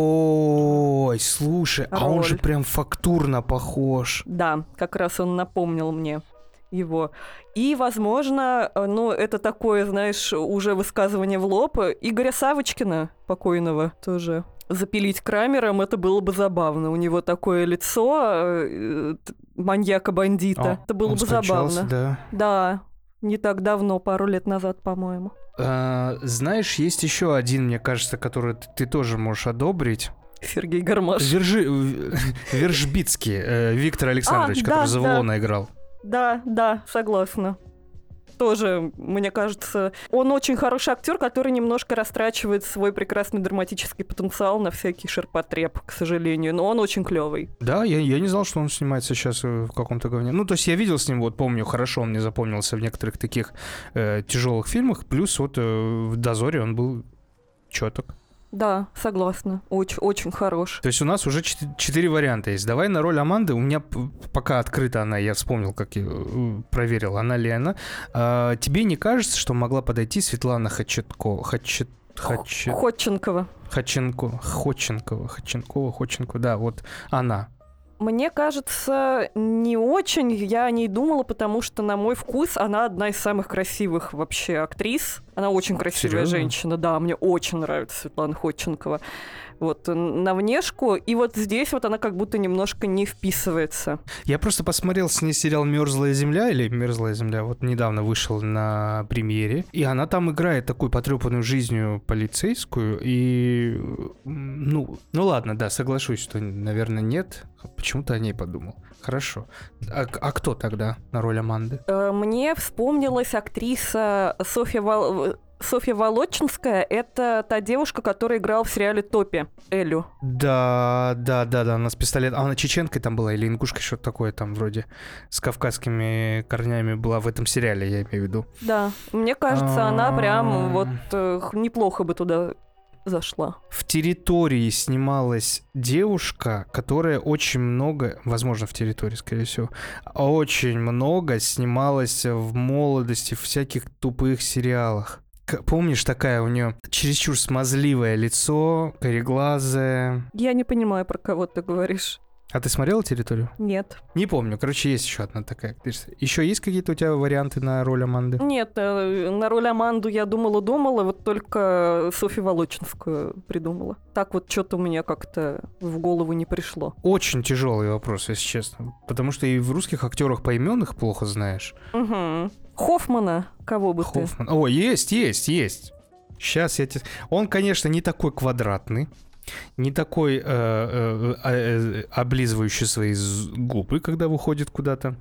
Ой, слушай, а он же прям фактурно похож. Да, как раз он напомнил мне его. И, возможно, ну, это такое, знаешь, уже высказывание в лоб, Игоря Савочкина, покойного, тоже запилить Крамером, это было бы забавно. У него такое лицо маньяка-бандита. Это было бы забавно. Да. Да, не так давно, пару лет назад, по-моему. Знаешь, есть еще один, мне кажется, который ты тоже можешь одобрить. Сергей Гармаш. Вержбицкий, Виктор Александрович, который Завулона играл. Да, согласна. Тоже, мне кажется, он очень хороший актер, который немножко растрачивает свой прекрасный драматический потенциал на всякий ширпотреб, к сожалению, но он очень клевый. Да, я не знал, что он снимается сейчас в каком-то говне. Ну, то есть я видел с ним, вот помню, хорошо, он мне запомнился в некоторых таких тяжелых фильмах, плюс вот в «Дозоре» он был чёток. Да, согласна. Очень хорош. То есть у нас уже 4 варианта есть. Давай на роль Аманды. У меня пока открыта она, я вспомнил, как я проверил, она ли она. Тебе не кажется, что могла подойти Светлана Ходченкова, да, вот она. Мне кажется, не очень. Я о ней думала, потому что, на мой вкус, она одна из самых красивых вообще актрис. Она очень красивая женщина, да, мне очень нравится Светлана Ходченкова. Вот, на внешку. И вот здесь вот она как будто немножко не вписывается. Я просто посмотрел с ней сериал «Мёрзлая земля» или «Мерзлая земля», вот недавно вышел на премьере. И она там играет такую потрепанную жизнью полицейскую. И, ну ладно, да, соглашусь, что, наверное, нет. Почему-то о ней подумал. Хорошо. А кто тогда на роль Аманды? Мне вспомнилась актриса Софья Волочинская. Это та девушка, которая играла в сериале «Топи» Элю. Да, она с пистолетом. А она чеченкой там была или ингушкой, что-то такое там вроде с кавказскими корнями была в этом сериале, я имею в виду. Да, мне кажется, она прям вот неплохо бы туда зашла. В «Территории» снималась девушка, которая очень много, возможно, в «Территории», скорее всего, очень много снималась в молодости в всяких тупых сериалах. Помнишь, такая у нее чересчур смазливое лицо, кореглазое? Я не понимаю, про кого ты говоришь. А ты смотрела «Территорию»? Нет. Не помню. Короче, есть еще одна такая актриса. Еще есть какие-то у тебя варианты на роль Аманды? Нет, на роль Аманду я думала, вот только Софью Волочинскую придумала. Так вот что-то у меня как-то в голову не пришло. Очень тяжелый вопрос, если честно. Потому что и в русских актерах поимен их плохо знаешь. Угу. Хоффмана, кого бы Хоффман. О, есть. Сейчас я тебе... Он, конечно, не такой квадратный. Не такой облизывающий свои губы, когда выходит куда-то.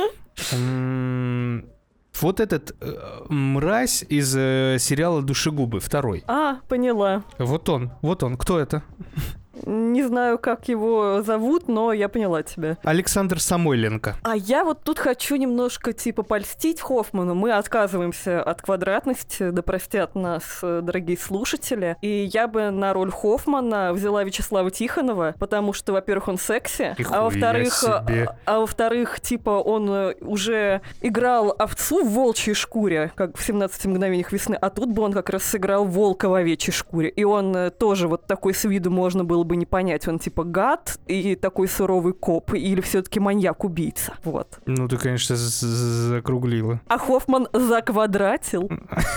Вот этот мразь из сериала «Душегубы», второй. А, поняла. Вот он. Кто это? Не знаю, как его зовут, но я поняла тебя. Александр Самойленко. А я вот тут хочу немножко, польстить Хоффману. Мы отказываемся от квадратности, да простят нас, дорогие слушатели. И я бы на роль Хоффмана взяла Вячеслава Тихонова, потому что, во-первых, он секси, а во-вторых, он уже играл овцу в волчьей шкуре, как в 17 мгновениях весны, а тут бы он как раз сыграл волка в овечьей шкуре. И он тоже вот такой с виду можно было бы не понять, он гад и такой суровый коп, или все-таки маньяк-убийца. Вот. Ну, ты, конечно, закруглила. А Хоффман заквадратил.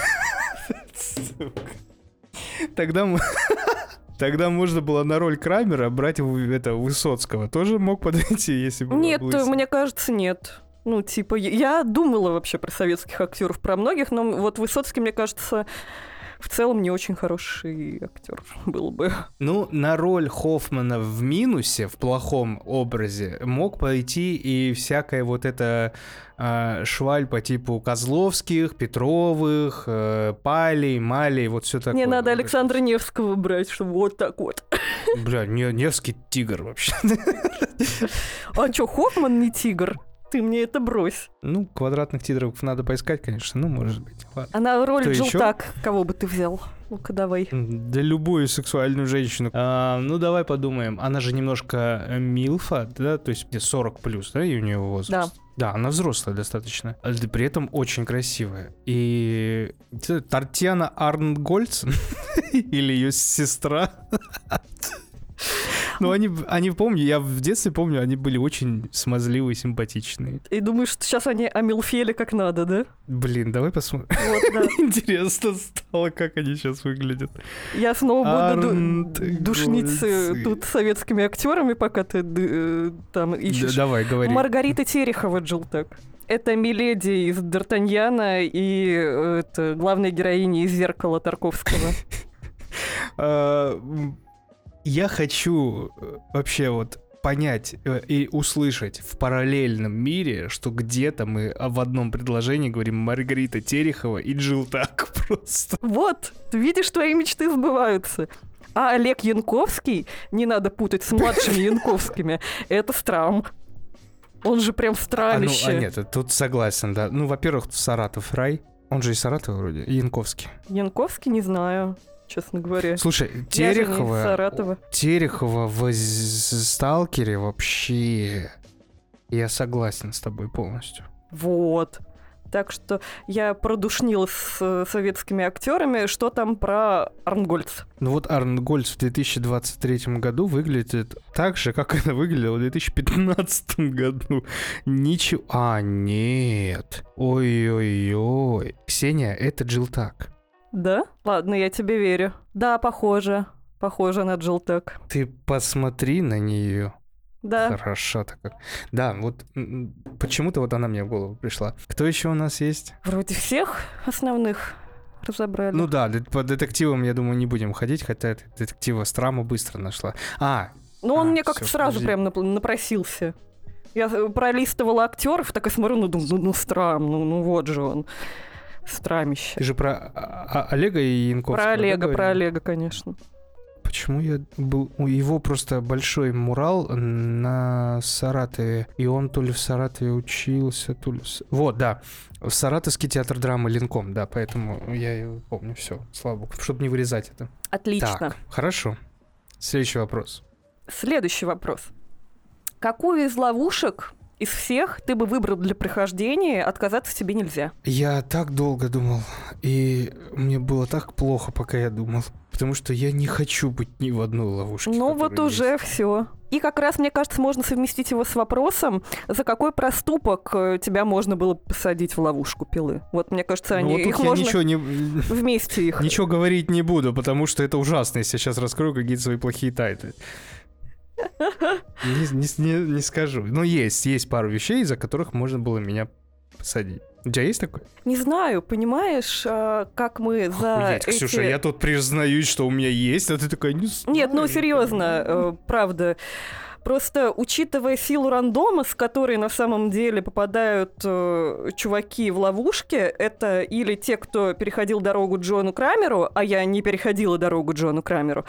Тогда можно было на роль Крамера брать Высоцкого. Тоже мог подойти, если бы... Нет, мне кажется, нет. Я думала вообще про советских актеров, про многих, но вот Высоцкий, мне кажется... В целом, не очень хороший актер был бы. Ну, на роль Хоффмана в минусе, в плохом образе, мог пойти и всякая вот эта шваль по типу Козловских, Петровых, Палей, Малей, вот все такое. Не надо Александра Невского брать, чтобы вот так вот. Бля, Невский тигр вообще. А что, Хоффман не тигр? Ты мне это брось. Ну, квадратных тигров надо поискать, конечно, может быть. Ладно. А на роль Джилтак кого бы ты взял? Ну-ка, давай. Да любую сексуальную женщину. Давай подумаем. Она же немножко милфа, да? То есть 40 плюс, да, и у нее возраст? Да. Да, она взрослая достаточно. А при этом очень красивая. И Татьяна Арнгольц или ее сестра... Ну, они помню, я в детстве помню, они были очень смазливые, симпатичные. И думаешь, что сейчас они омилфели как надо, да? Блин, давай посмотрим. Вот, да. Интересно стало, как они сейчас выглядят. Я снова буду душнить тут советскими актерами, пока ты там ищешь. Давай, говори. Маргарита Терехова, Джилтак. Это Миледи из Д'Артаньяна и это главная героиня из «Зеркала» Тарковского. Я хочу вообще вот понять и услышать в параллельном мире, что где-то мы в одном предложении говорим Маргарита Терехова и Джилтак просто. Вот, ты видишь, твои мечты сбываются. А Олег Янковский, не надо путать с младшими Янковскими, это Страм. Он же прям страмище. Нет, тут согласен, да. Ну, во-первых, Саратов рай. Он же из Саратова вроде, Янковский. Янковский не знаю. Честно говоря. Слушай, Терехова в «Сталкере» вообще... Я согласен с тобой полностью. Вот. Так что я продушнила с советскими актерами. Что там про Арнгольц? Ну вот Арнгольц в 2023 году выглядит так же, как она выглядела в 2015 году. Ничего... нет. Ой-ой-ой. Ксения, это Джилтак. Да? Ладно, я тебе верю. Да, похоже. Похоже на Джилтак. Ты посмотри на нее. Да. Хорошо так как. Да, вот почему-то вот она мне в голову пришла. Кто еще у нас есть? Вроде всех основных разобрали. Ну да, по детективам, я думаю, не будем ходить, хотя детектива Страма быстро нашла. Ну он мне как-то сразу прям напросился. Я пролистывала актеров, так и смотрю, думаю, Страм, ну вот же он. Страмище. Ты же про Олега и Янковского? Про Олега, конечно. Почему я был... У его просто большой мурал на Саратове, и он то ли в Саратове учился, то ли... Вот, да. В Саратовский театр драмы Ленком, да, поэтому я его помню, все, слава богу, чтобы не вырезать это. Отлично. Так, хорошо. Следующий вопрос. Какую из ловушек из всех ты бы выбрал для прохождения, отказаться тебе нельзя? Я так долго думал, и мне было так плохо, пока я думал. Потому что я не хочу быть ни в одной ловушке. Ну вот уже все. И как раз, мне кажется, можно совместить его с вопросом, за какой проступок тебя можно было посадить в ловушку пилы. Вот, мне кажется, Ну, вот их тут я можно вместе их. Ничего говорить не буду, потому что это ужасно, если я сейчас раскрою какие-то свои плохие тайны. Не скажу. Но есть пару вещей, за которых можно было меня посадить. У тебя есть такое? Не знаю, понимаешь, как мы за Охуеть, Ксюша, я тут признаюсь, что у меня есть, а ты такая, не знаю. Нет, ну серьезно, правда. Просто учитывая силу рандома, с которой на самом деле попадают чуваки в ловушки, это или те, кто переходил дорогу Джону Крамеру, а я не переходила дорогу Джону Крамеру,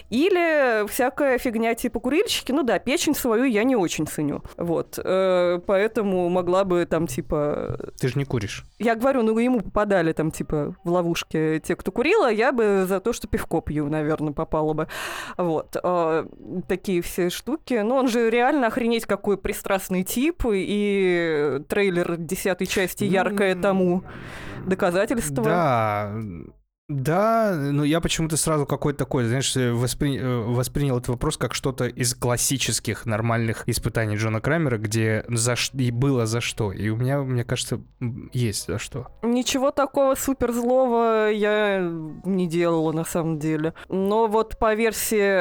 или всякая фигня типа курильщики. Ну да, печень свою я не очень ценю. Вот. Поэтому могла бы там типа... Ты же не куришь. Я говорю, ну ему попадали там типа в ловушки те, кто курил, а я бы за то, что пивко пью, наверное, попала бы. Вот. Такие все штуки. Ну, он же реально охренеть какой пристрастный тип, и трейлер 10-й части яркое тому доказательство. Да, но я почему-то сразу какой-то такой, знаешь, воспринял этот вопрос как что-то из классических нормальных испытаний Джона Крамера, где и было за что. И у меня, мне кажется, есть за что. Ничего такого супер злого я не делала на самом деле. Но вот по версии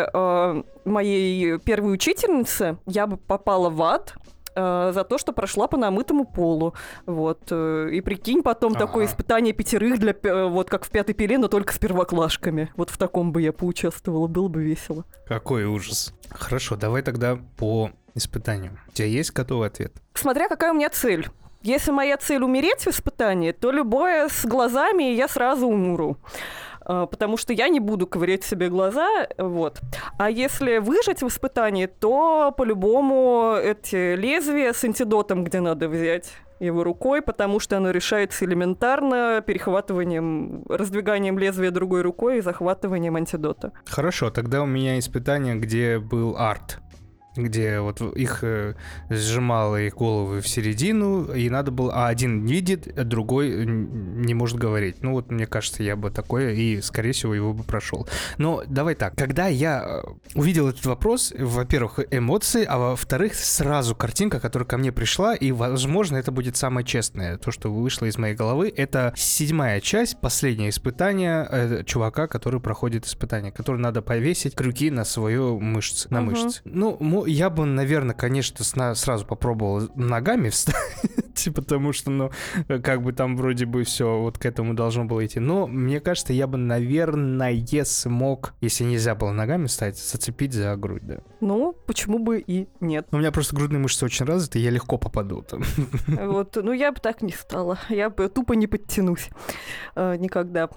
моей первой учительницы я бы попала в ад за то, что прошла по намытому полу. Вот. И прикинь, потом такое испытание 5 вот как в «Пятой пиле», но только с первоклашками. Вот в таком бы я поучаствовала, было бы весело. Какой ужас. Хорошо, давай тогда по испытанию. У тебя есть готовый ответ? Смотря какая у меня цель. Если моя цель умереть в испытании, то любое с глазами я сразу умру. Потому что я не буду ковырять себе глаза, вот. А если выжить в испытании, то по-любому эти лезвия с антидотом, где надо взять его рукой, потому что оно решается элементарно перехватыванием, раздвиганием лезвия другой рукой и захватыванием антидота. Хорошо, тогда у меня испытание, где был арт, где вот их сжимало их головы в середину, и надо было... А один видит, а другой не может говорить. Ну вот, мне кажется, я бы такое, и, скорее всего, его бы прошел. Но давай так. Когда я увидел этот вопрос, во-первых, эмоции, а во-вторых, сразу картинка, которая ко мне пришла, и, возможно, это будет самое честное, то, что вышло из моей головы, это 7-я часть, последнее испытание чувака, который проходит испытание, который надо повесить крюки на свою мышцу, на мышцы. Ну, я бы, наверное, конечно, сразу попробовал ногами встать, потому что, ну, как бы там вроде бы все вот к этому должно было идти. Но, мне кажется, я бы, наверное, смог, если нельзя было ногами встать, зацепить за грудь, да. Ну, почему бы и нет. У меня просто грудные мышцы очень развиты, я легко попаду там. Вот, ну, я бы так не стала. Я бы тупо не подтянусь никогда.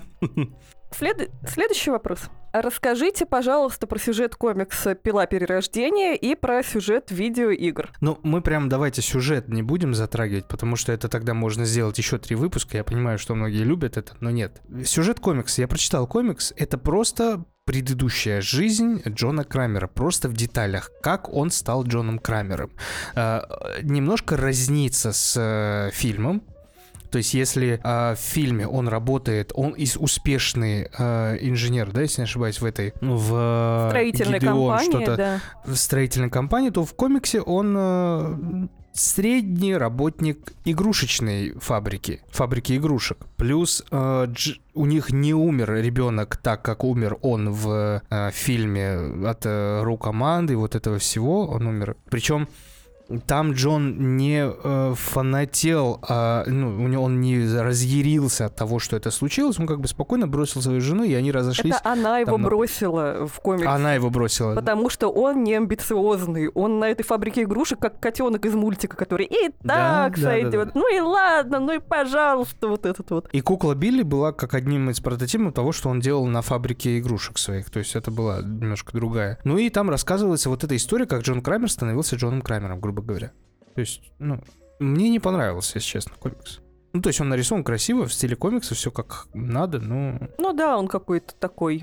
Следующий вопрос. Расскажите, пожалуйста, про сюжет комикса «Пила. Перерождение» и про сюжет видеоигр. Ну, мы прям давайте сюжет не будем затрагивать, потому что это тогда можно сделать еще 3 выпуска. Я понимаю, что многие любят это, но нет. Сюжет комикса. Я прочитал комикс. Это просто предыдущая жизнь Джона Крамера. Просто в деталях. Как он стал Джоном Крамером. Немножко разнится с фильмом. То есть, если в фильме он работает, он успешный инженер, да, если не ошибаюсь, в строительной компании, да. В строительной компании, то в комиксе он средний работник игрушечной фабрики игрушек. Плюс у них не умер ребенок так, как умер он в фильме от рук команды, вот этого всего, он умер. Причем там Джон не фанател, он не разъярился от того, что это случилось, он как бы спокойно бросил свою жену, и они разошлись. Это она его бросила в комиксе. Она его бросила. Потому что он не амбициозный, он на этой фабрике игрушек, как котенок из мультика, который и так сойдет, ну и ладно, ну и пожалуйста, вот этот вот. И кукла Билли была как одним из прототипов того, что он делал на фабрике игрушек своих, то есть это была немножко другая. Ну и там рассказывается вот эта история, как Джон Крамер становился Джоном Крамером, грубо говоря. То есть, мне не понравился, если честно, комикс. Ну, то есть он нарисован красиво, в стиле комикса, все как надо, но... Ну да, он какой-то такой.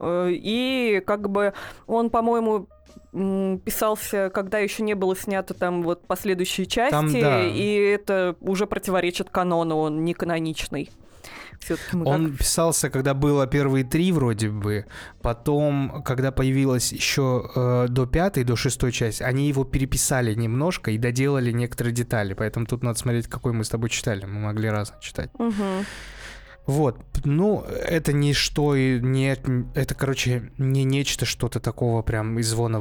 И как бы он, по-моему, писался, когда еще не было снято там вот последующие части, там, да. И это уже противоречит канону, он не каноничный. Все-таки мы Он писался, когда было первые 3 вроде бы, потом, когда появилась еще до 5-й, до 6-й части, они его переписали немножко и доделали некоторые детали, поэтому тут надо смотреть, какой мы с тобой читали, мы могли разно читать. Вот, ну, это не что, это, короче, не нечто что-то такого прям из звона,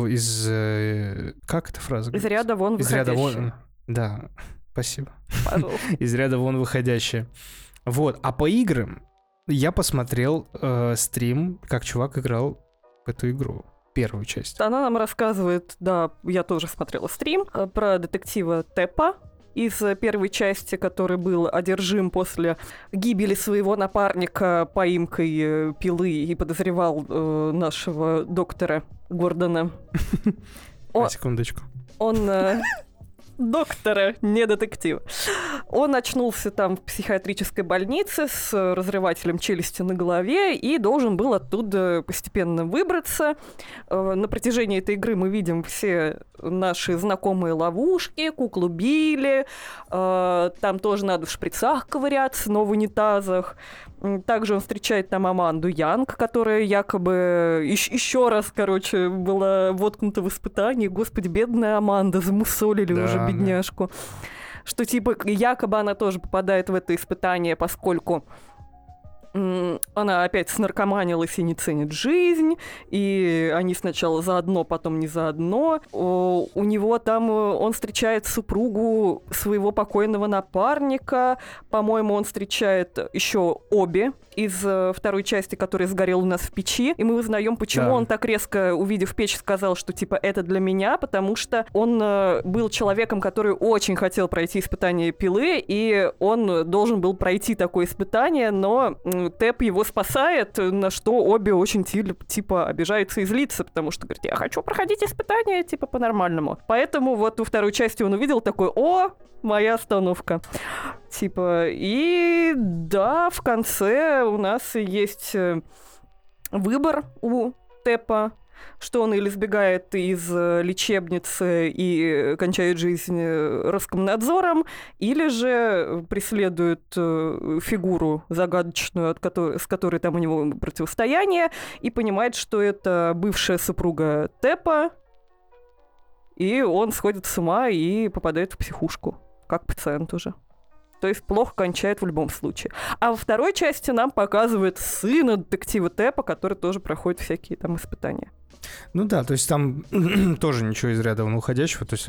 как эта фраза? Из ряда вон выходящее. Из ряда вон, да, спасибо. Пожалуйста. Из ряда вон выходящее. Вот, а по играм я посмотрел стрим, как чувак играл в эту игру, первую часть. Она нам рассказывает, да, я тоже смотрела стрим, про детектива Теппа из первой части, который был одержим после гибели своего напарника поимкой пилы и подозревал нашего доктора Гордона. Секундочку. Он... доктора, не детектива. Он очнулся там в психиатрической больнице с разрывателем челюсти на голове и должен был оттуда постепенно выбраться. На протяжении этой игры мы видим все наши знакомые ловушки, куклу Билли, там тоже надо в шприцах ковыряться, но в унитазах. Также он встречает там Аманду Янг, которая якобы еще раз, короче, была воткнута в испытании. Господи, бедная Аманда, замусолили уже бедняжку. Что типа якобы она тоже попадает в это испытание, поскольку она опять снаркоманилась и не ценит жизнь, и они сначала заодно, потом не заодно. У него там, он встречает супругу своего покойного напарника, по-моему, он встречает еще Оби из второй части, который сгорел у нас в печи, и мы узнаем, почему он так резко, увидев печь, сказал, что типа это для меня, потому что он был человеком, который очень хотел пройти испытание пилы, и он должен был пройти такое испытание, но Тэп его спасает, на что Оби очень типа обижается и злится, потому что говорит, я хочу проходить испытание типа по-нормальному. Поэтому вот во второй части он увидел такой, о, моя остановка. Типа, и да, в конце у нас есть выбор у Тэпа, что он или сбегает из лечебницы и кончает жизнь Роскомнадзором, или же преследует фигуру загадочную, с которой там у него противостояние, и понимает, что это бывшая супруга Тэпа, и он сходит с ума и попадает в психушку, как пациент уже. То есть плохо кончает в любом случае. А во второй части нам показывает сына детектива Тэпа, который тоже проходит всякие там испытания. Ну да, то есть там тоже ничего из ряда вон уходящего, то есть,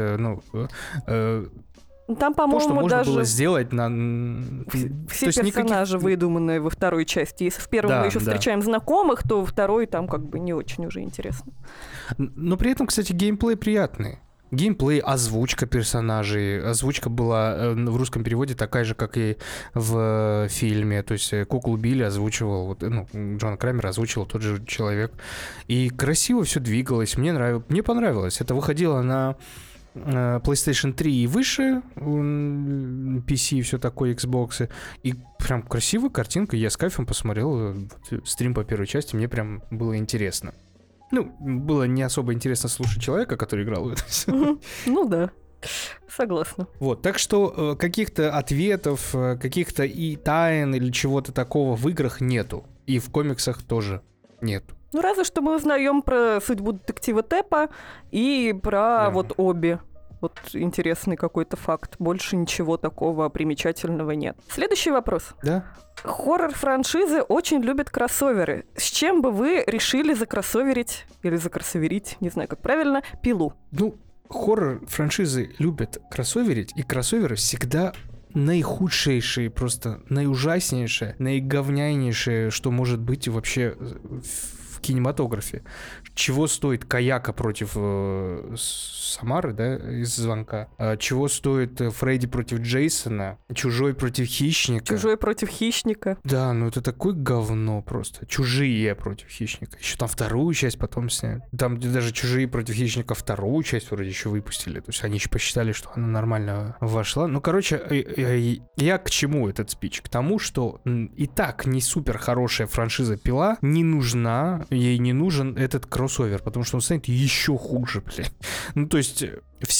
там, по-моему, то, что можно даже было сделать на... Все персонажи выдуманные во второй части. Если в первом мы еще встречаем знакомых, то во второй там как бы не очень уже интересно. Но при этом, кстати, геймплей приятный. Геймплей, озвучка персонажей. Озвучка была в русском переводе такая же, как и в фильме. То есть куклу Билли озвучивал, Джон Крамер озвучивал тот же человек. И красиво все двигалось. Мне понравилось. Это выходило на PlayStation 3 и выше, PC и все такое, Xbox. И прям красивая картинка. Я с кайфом посмотрел стрим по первой части. Мне прям было интересно. Было не особо интересно слушать человека, который играл в это. Ну да, согласна. Вот, так что каких-то ответов, каких-то и тайн или чего-то такого в играх нету. И в комиксах тоже нету. Разве что мы узнаем про судьбу детектива Тэпа и про Оби. Вот интересный какой-то факт. Больше ничего такого примечательного нет. Следующий вопрос. Да. Хоррор-франшизы очень любят кроссоверы. С чем бы вы решили закроссоверить, или закроссоверить, не знаю, как правильно, пилу? Хоррор-франшизы любят кроссоверить, и кроссоверы всегда наихудшейшие, просто наиужаснейшее, наиговняйнейшее, что может быть вообще в кинематографе. Чего стоит Каяка против Самары, да, из звонка? Чего стоит Фредди против Джейсона? Чужой против Хищника? Чужой против Хищника. Да, это такое говно просто. Чужие против Хищника. Еще там вторую часть потом сняли. Там даже Чужие против Хищника вторую часть вроде еще выпустили. То есть они еще посчитали, что она нормально вошла. Я к чему этот спич? К тому, что и так не супер хорошая франшиза Пила не нужна, ей не нужен этот кроссовер, потому что он станет еще хуже, блядь. То есть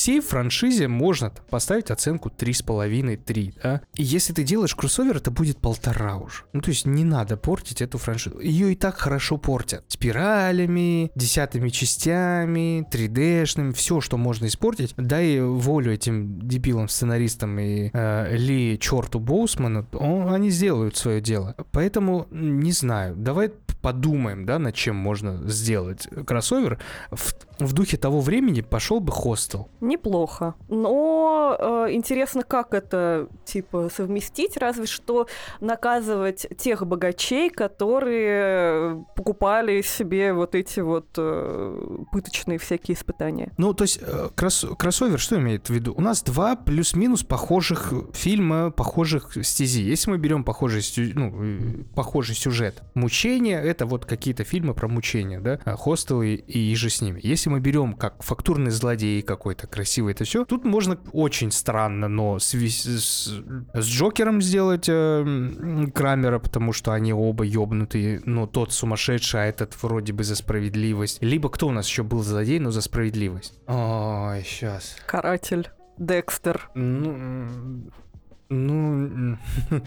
всей франшизе можно поставить оценку 3,5-3, да? И если ты делаешь кроссовер, это будет 1,5 уже. Ну, то есть не надо портить эту франшизу. Ее и так хорошо портят. Спиралями, 10 частями, 3D-шными, все, что можно испортить. Дай волю этим дебилам, сценаристам и Ли черту Боусману, они сделают свое дело. Поэтому, не знаю, давай подумаем, да, над чем можно сделать кроссовер. В духе того времени пошел бы Хостел. Неплохо. Но интересно, как это, типа, совместить, разве что наказывать тех богачей, которые покупали себе вот эти вот пыточные всякие испытания. Ну, то есть кроссовер что имеет в виду? У нас 2 плюс-минус похожих фильма, похожих стези. Если мы берем похожий сюжет, мучение — это вот какие-то фильмы про мучения, да, Хостелы и же с ними. Если мы берем как фактурный злодей какой-то красивый, это все, тут можно очень странно, но с Джокером сделать Крамера, потому что они оба ёбнутые, но тот сумасшедший, а этот вроде бы за справедливость. Либо кто у нас еще был злодей, но за справедливость? Ой, сейчас. Каратель. Декстер. Ну,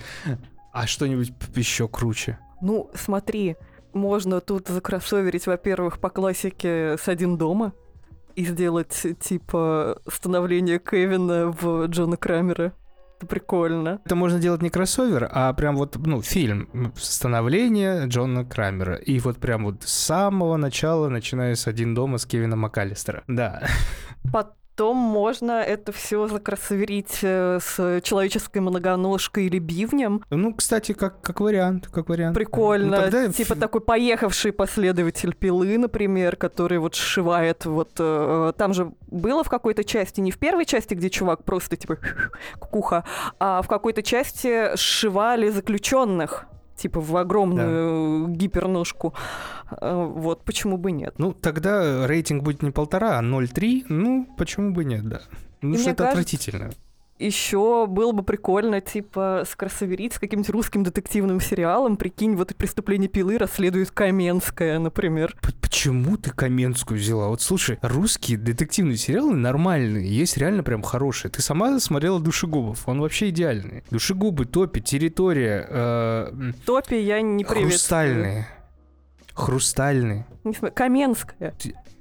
а что-нибудь еще круче? Ну, смотри, можно тут закроссоверить, во-первых, по классике с «Один дома» и сделать, типа, становление Кевина в Джона Крамера. Это прикольно. Это можно делать не кроссовер, а прям вот, фильм «Становление Джона Крамера». И вот прям вот с самого начала, начиная с «Один дома» с Кевина МакАлистера. Да. Потом можно это все закроссоверить с человеческой многоножкой или бивнем. Ну, кстати, как вариант. Прикольно. Ну, тогда... Типа такой поехавший последователь Пилы, например, который вот сшивает вот... Там же было в какой-то части, не в первой части, где чувак просто типа кукуха, а в какой-то части сшивали заключенных. Типа в огромную гиперножку. Вот, почему бы нет? Ну, тогда рейтинг будет не 1,5, а 0,3. Ну, почему бы нет, да. Ну, что это отвратительно. Еще было бы прикольно, типа, скроссоверить с каким-нибудь русским детективным сериалом. Прикинь, вот «Преступление Пилы» расследует Каменская, например. Почему ты Каменскую взяла? Вот слушай, русские детективные сериалы нормальные, есть реально прям хорошие. Ты сама смотрела «Душегубов», он вообще идеальный. «Душегубы», «Топи», «Территория». «Топи» я не приветствую. Хрустальный. Каменская.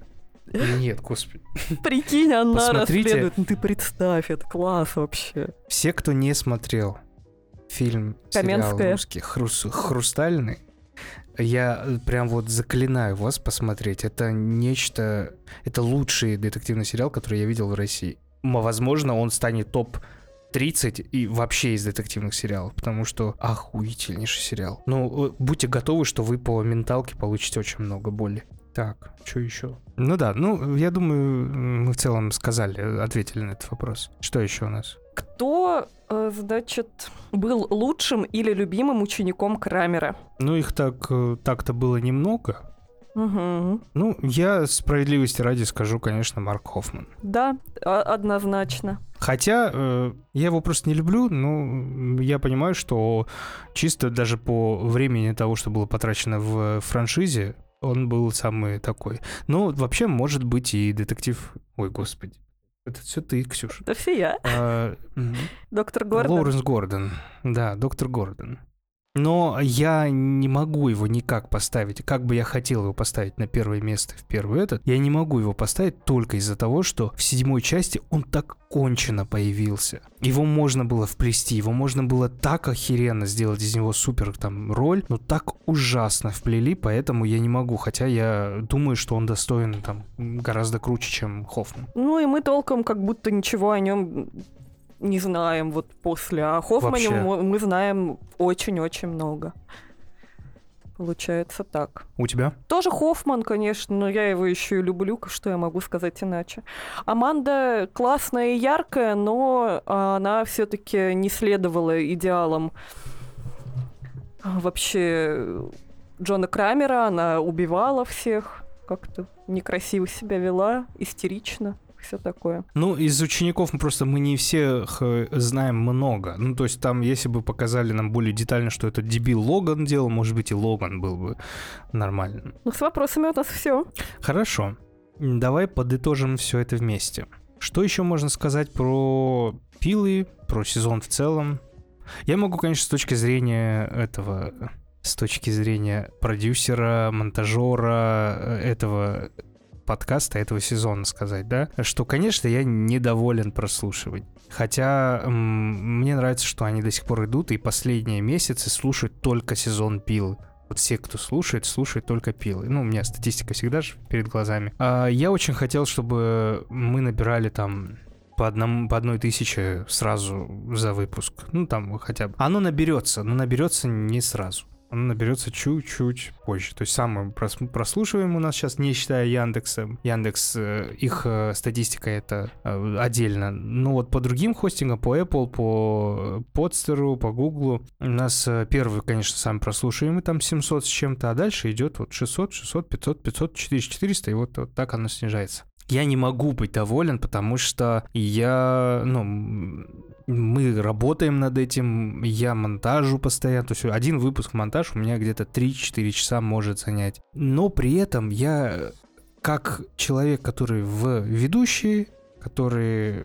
Нет, господи. Прикинь, она расследует. Ну ты представь, это класс вообще. Все, кто не смотрел фильм, сериал русский «Хрустальный», я прям вот заклинаю вас посмотреть. Это нечто... Это лучший детективный сериал, который я видел в России. Возможно, он станет топ-30 и вообще из детективных сериалов, потому что охуительнейший сериал. Ну, будьте готовы, что вы по менталке получите очень много боли. Так, что еще? Ну да, я думаю, мы в целом ответили на этот вопрос. Что еще у нас? Кто, значит, был лучшим или любимым учеником Крамера? Ну, их так-то было немного. Угу. Ну, я справедливости ради скажу, конечно, Марк Хоффман. Да, однозначно. Хотя я его просто не люблю, но я понимаю, что чисто даже по времени того, что было потрачено в франшизе, он был самый такой. Ну, вообще, может быть, и детектив... Ой, господи. Это все ты, Ксюша. Это все я. Доктор Гордон. Лоуренс Гордон. Да, доктор Гордон. Но я не могу его никак поставить, как бы я хотел его поставить на первое место в первый я не могу его поставить только из-за того, что в 7 части он так кончено появился. Его можно было вплести, его можно было так охеренно сделать из него супер роль, но так ужасно вплели, поэтому я не могу, хотя я думаю, что он достоин гораздо круче, чем Хоффман. Ну и мы толком как будто ничего о нем не знаем вот после. А Хоффмане мы знаем очень-очень много. Получается так. У тебя? Тоже Хоффман, конечно, но я его еще и люблю, что я могу сказать иначе. Аманда классная и яркая, но она все-таки не следовала идеалам вообще Джона Крамера. Она убивала всех, как-то некрасиво себя вела, истерично. Все такое. Ну, из учеников мы не всех знаем много. Ну, то есть там, если бы показали нам более детально, что этот дебил Логан делал, может быть, и Логан был бы нормальным. Ну, с вопросами у нас все. Хорошо. Давай подытожим все это вместе. Что еще можно сказать про пилы, про сезон в целом? Я могу, конечно, с точки зрения продюсера, монтажера этого подкаста, этого сезона сказать, да, что, конечно, я недоволен прослушиванием. Хотя мне нравится, что они до сих пор идут, и последние месяцы слушают только сезон пилы. Вот все, кто слушает только пилы. Ну, у меня статистика всегда же перед глазами. Я очень хотел, чтобы мы набирали там по 1000 сразу за выпуск. Ну, там хотя бы. Оно наберется, но наберется не сразу. Оно наберется чуть-чуть позже. То есть самый прослушиваемый у нас сейчас, не считая Яндекса. Яндекс, их статистика это отдельно. Ну вот по другим хостингам, по Apple, по Podster, по Google, у нас первый, конечно, самый прослушиваемый, там 700 с чем-то, а дальше идет вот 600, 600, 500, 500, 400, 400, и вот так оно снижается. Я не могу быть доволен, потому что мы работаем над этим, я монтажу постоянно. То есть один выпуск монтаж у меня где-то 3-4 часа может занять. Но при этом я, как человек, который ведущий, который,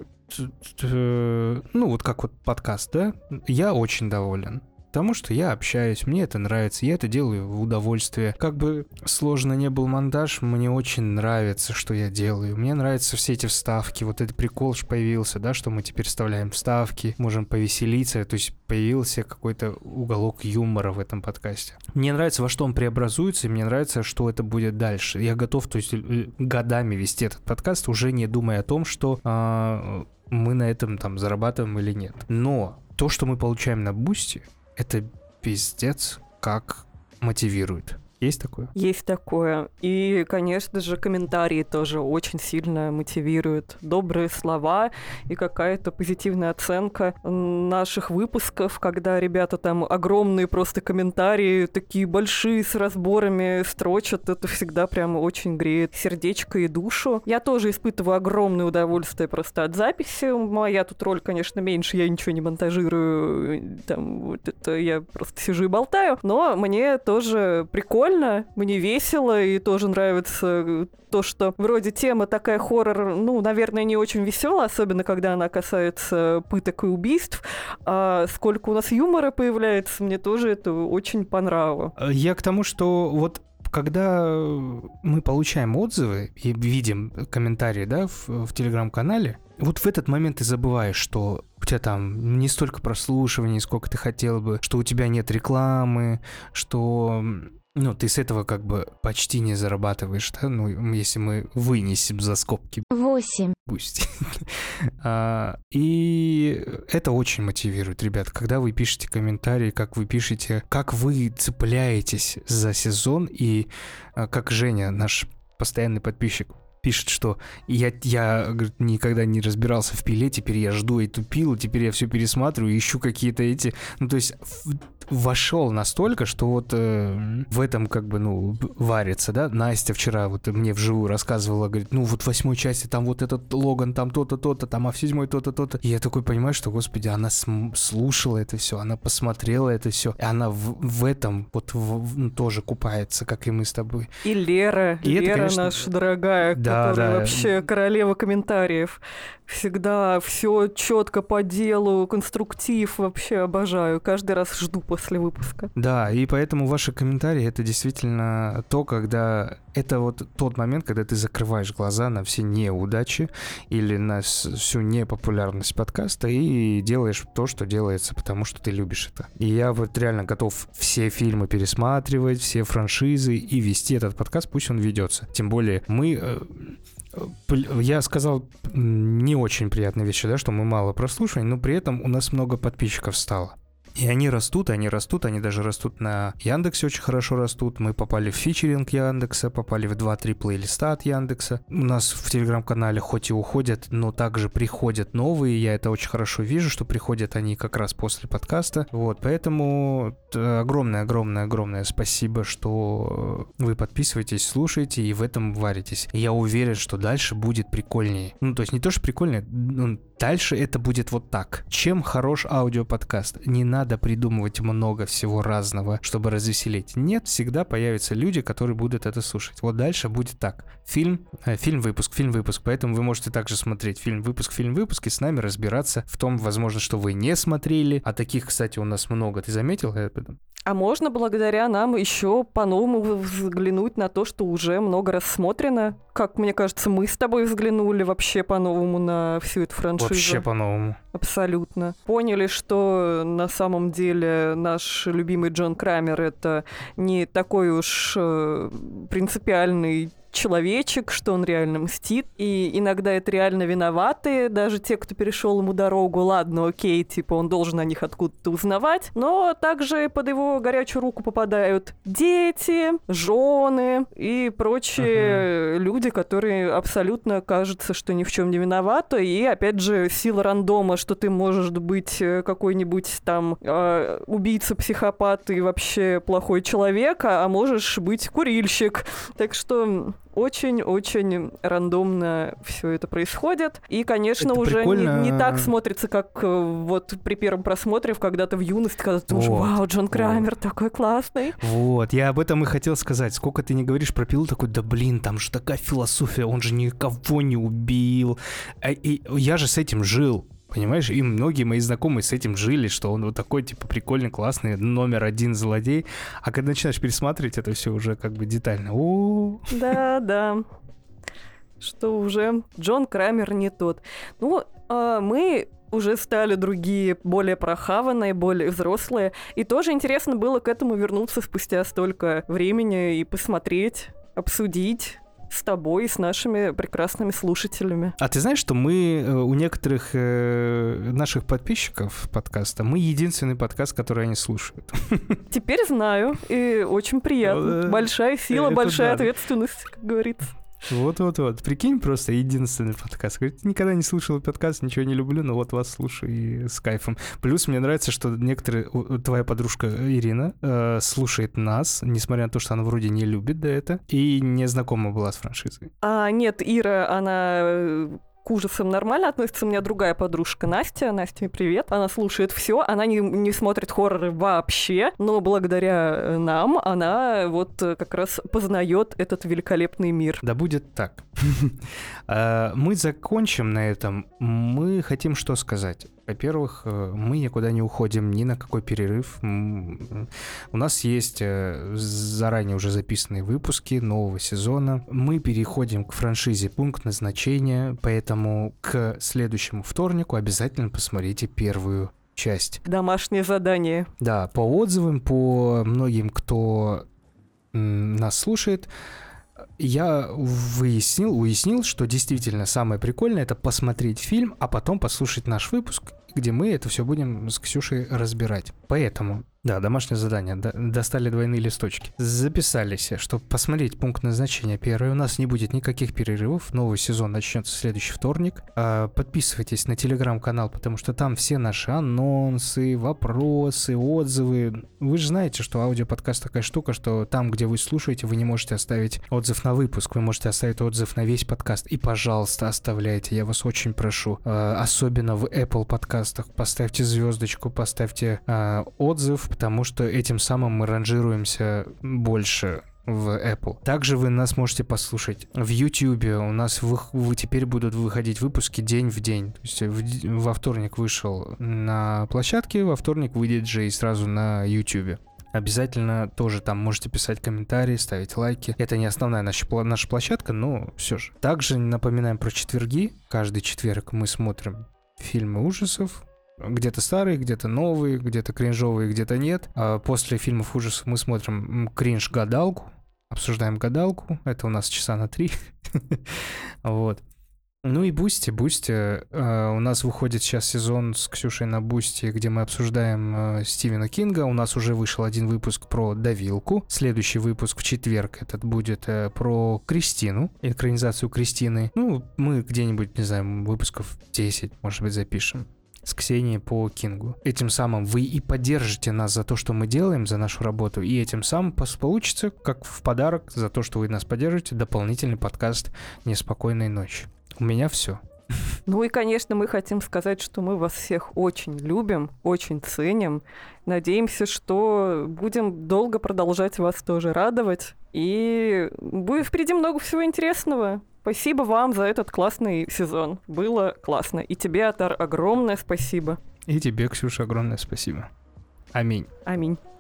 вот как вот подкаст, да, я очень доволен. Потому что я общаюсь, мне это нравится, я это делаю в удовольствие. Как бы сложно не был монтаж, мне очень нравится, что я делаю. Мне нравятся все эти вставки, вот этот прикол же появился, да, что мы теперь вставляем вставки, можем повеселиться, то есть появился какой-то уголок юмора в этом подкасте. Мне нравится, во что он преобразуется, и мне нравится, что это будет дальше. Я готов, то есть годами вести этот подкаст, уже не думая о том, что мы на этом там зарабатываем или нет. Но то, что мы получаем на Бусти, это пиздец как мотивирует. Есть такое? Есть такое. И, конечно же, комментарии тоже очень сильно мотивируют. Добрые слова и какая-то позитивная оценка наших выпусков, когда ребята там огромные просто комментарии, такие большие с разборами строчат. Это всегда прям очень греет сердечко и душу. Я тоже испытываю огромное удовольствие просто от записи. Моя тут роль, конечно, меньше, я ничего не монтажирую. Там вот это я просто сижу и болтаю. Но мне тоже прикольно, мне весело, и тоже нравится то, что вроде тема такая хоррор, наверное, не очень веселая, особенно когда она касается пыток и убийств. А сколько у нас юмора появляется, мне тоже это очень понравилось. Я к тому, что вот когда мы получаем отзывы и видим комментарии, да, в телеграм-канале, вот в этот момент ты забываешь, что у тебя там не столько прослушиваний, сколько ты хотел бы, что у тебя нет рекламы, что ты с этого как бы почти не зарабатываешь, да? Если мы вынесем за скобки. 8. Пусть. И это очень мотивирует, ребят, когда вы пишете комментарии, как вы пишете, как вы цепляетесь за сезон, и как Женя, наш постоянный подписчик, пишет, что я говорит, никогда не разбирался в пиле, теперь я жду эту пилу, теперь я все пересматриваю, ищу какие-то эти... то есть вошел настолько, что вот в этом как бы, варится, да. Настя вчера вот мне вживую рассказывала, говорит, вот в 8 части там вот этот Логан, там то-то, то-то, там, а в 7 то-то, то-то. И я такой понимаю, что, господи, она слушала это все, она посмотрела это все, и она в этом вот тоже купается, как и мы с тобой. И Лера, это, конечно, наша дорогая, которая вообще королева комментариев. Всегда все четко по делу, конструктив, вообще обожаю. Каждый раз жду после выпуска. Да, и поэтому ваши комментарии — это действительно это вот тот момент, когда ты закрываешь глаза на все неудачи или на всю непопулярность подкаста и делаешь то, что делается, потому что ты любишь это. И я вот реально готов все фильмы пересматривать, все франшизы и вести этот подкаст, пусть он ведется. Тем более я сказал не очень приятные вещи, да, что мы мало прослушиваний, но при этом у нас много подписчиков стало. И они растут, они даже растут на Яндексе, очень хорошо растут. Мы попали в фичеринг Яндекса, попали в 2-3 плейлиста от Яндекса. У нас в телеграм-канале хоть и уходят, но также приходят новые. Я это очень хорошо вижу, что приходят они как раз после подкаста. Вот, поэтому огромное спасибо, что вы подписываетесь, слушаете и в этом варитесь. И я уверен, что дальше будет прикольнее. То есть не то, что прикольнее, Дальше это будет вот так. Чем хорош аудиоподкаст? Не надо придумывать много всего разного, чтобы развеселить. Нет, всегда появятся люди, которые будут это слушать. Вот дальше будет так. Фильм-выпуск. Поэтому вы можете также смотреть фильм-выпуск и с нами разбираться в том, возможно, что вы не смотрели. А таких, кстати, у нас много. Ты заметил? А можно благодаря нам еще по-новому взглянуть на то, что уже много рассмотрено. Как мне кажется, мы с тобой взглянули вообще по-новому на всю эту франшизу. Вообще по-новому. Абсолютно. Поняли, что на самом деле наш любимый Джон Крамер — это не такой уж принципиальный человечек, что он реально мстит, и иногда это реально виноваты, даже те, кто перешел ему дорогу. Ладно, окей, типа он должен о них откуда-то узнавать, но также под его горячую руку попадают дети, жены и прочие люди, которые абсолютно кажется, что ни в чем не виноваты, и опять же сила рандома, что ты можешь быть какой-нибудь там убийца, психопат и вообще плохой человек, а можешь быть курильщик. Так что очень-очень рандомно все это происходит. И, конечно, это уже не так смотрится, как вот при первом просмотре когда-то в юности, когда ты думаешь, вау, Джон Крамер такой классный. Вот, я об этом и хотел сказать. Сколько ты не говоришь про Пилу, такой, да блин, там же такая философия, он же никого не убил. И я же с этим жил. Понимаешь, и многие мои знакомые с этим жили, что он вот такой, типа, прикольный, классный, номер один злодей. А когда начинаешь пересматривать это все уже как бы детально. Да. Что уже Джон Крамер не тот. Ну, мы уже стали другие, более прохаванные, более взрослые. И тоже интересно было к этому вернуться спустя столько времени и посмотреть, обсудить с тобой и с нашими прекрасными слушателями. А ты знаешь, что мы у некоторых наших подписчиков подкаста, мы единственный подкаст, который они слушают. Теперь знаю, и очень приятно. Большая сила, большая ответственность, как говорится. Вот. Прикинь, просто единственный подкаст. Говорит, никогда не слушал подкаст, ничего не люблю, но вот вас слушаю и с кайфом. Плюс мне нравится, что некоторые... Твоя подружка Ирина слушает нас, несмотря на то, что она вроде не любит это, и не знакома была с франшизой. Нет, Ира, она... к ужасам нормально относится. У меня другая подружка Настя. Настя, привет. Она слушает все. Она не смотрит хорроры вообще, но благодаря нам она вот как раз познает этот великолепный мир. Да будет так. Мы закончим на этом. Мы хотим что сказать. Во-первых, мы никуда не уходим, ни на какой перерыв. У нас есть заранее уже записанные выпуски нового сезона. Мы переходим к франшизе «Пункт назначения», поэтому к следующему вторнику обязательно посмотрите первую часть. Домашнее задание. Да, по отзывам, по многим, кто нас слушает, я уяснил, что действительно самое прикольное — это посмотреть фильм, а потом послушать наш выпуск, где мы это все будем с Ксюшей разбирать. Поэтому, да, домашнее задание. Достали двойные листочки. Записались, чтобы посмотреть «Пункт назначения» первый. У нас не будет никаких перерывов. Новый сезон начнется в следующий вторник. Подписывайтесь на телеграм-канал, потому что там все наши анонсы, вопросы, отзывы. Вы же знаете, что аудиоподкаст такая штука, что там, где вы слушаете, вы не можете оставить отзыв на выпуск, вы можете оставить отзыв на весь подкаст. И, пожалуйста, оставляйте, я вас очень прошу. Особенно в Apple подкастах. Поставьте звездочку, поставьте отзыв, потому что этим самым мы ранжируемся больше в Apple. Также вы нас можете послушать в YouTube. У нас теперь будут выходить выпуски день в день. То есть во вторник вышел на площадке, во вторник выйдет же и сразу на YouTube. Обязательно тоже там можете писать комментарии, ставить лайки. Это не основная наша площадка, но все же. Также напоминаем про четверги. Каждый четверг мы смотрим фильмы ужасов. Где-то старые, где-то новые, где-то кринжовые, где-то нет. А после фильмов ужасов мы смотрим кринж-гадалку. Обсуждаем гадалку. Это у нас часа на 3. Вот. Ну и Бусти. У нас выходит сейчас сезон с Ксюшей на Бусти, где мы обсуждаем Стивена Кинга. У нас уже вышел один выпуск про Давилку. Следующий выпуск в четверг этот будет про Кристину, экранизацию Кристины. Ну, мы где-нибудь, не знаю, выпусков 10, может быть, запишем с Ксенией по Кингу. Этим самым вы и поддержите нас за то, что мы делаем, за нашу работу, и этим самым получится, как в подарок за то, что вы нас поддержите, дополнительный подкаст «Неспокойной ночи». У меня все. Ну и, конечно, мы хотим сказать, что мы вас всех очень любим, очень ценим. Надеемся, что будем долго продолжать вас тоже радовать. И будет впереди много всего интересного. Спасибо вам за этот классный сезон. Было классно. И тебе, Атар, огромное спасибо. И тебе, Ксюша, огромное спасибо. Аминь. Аминь.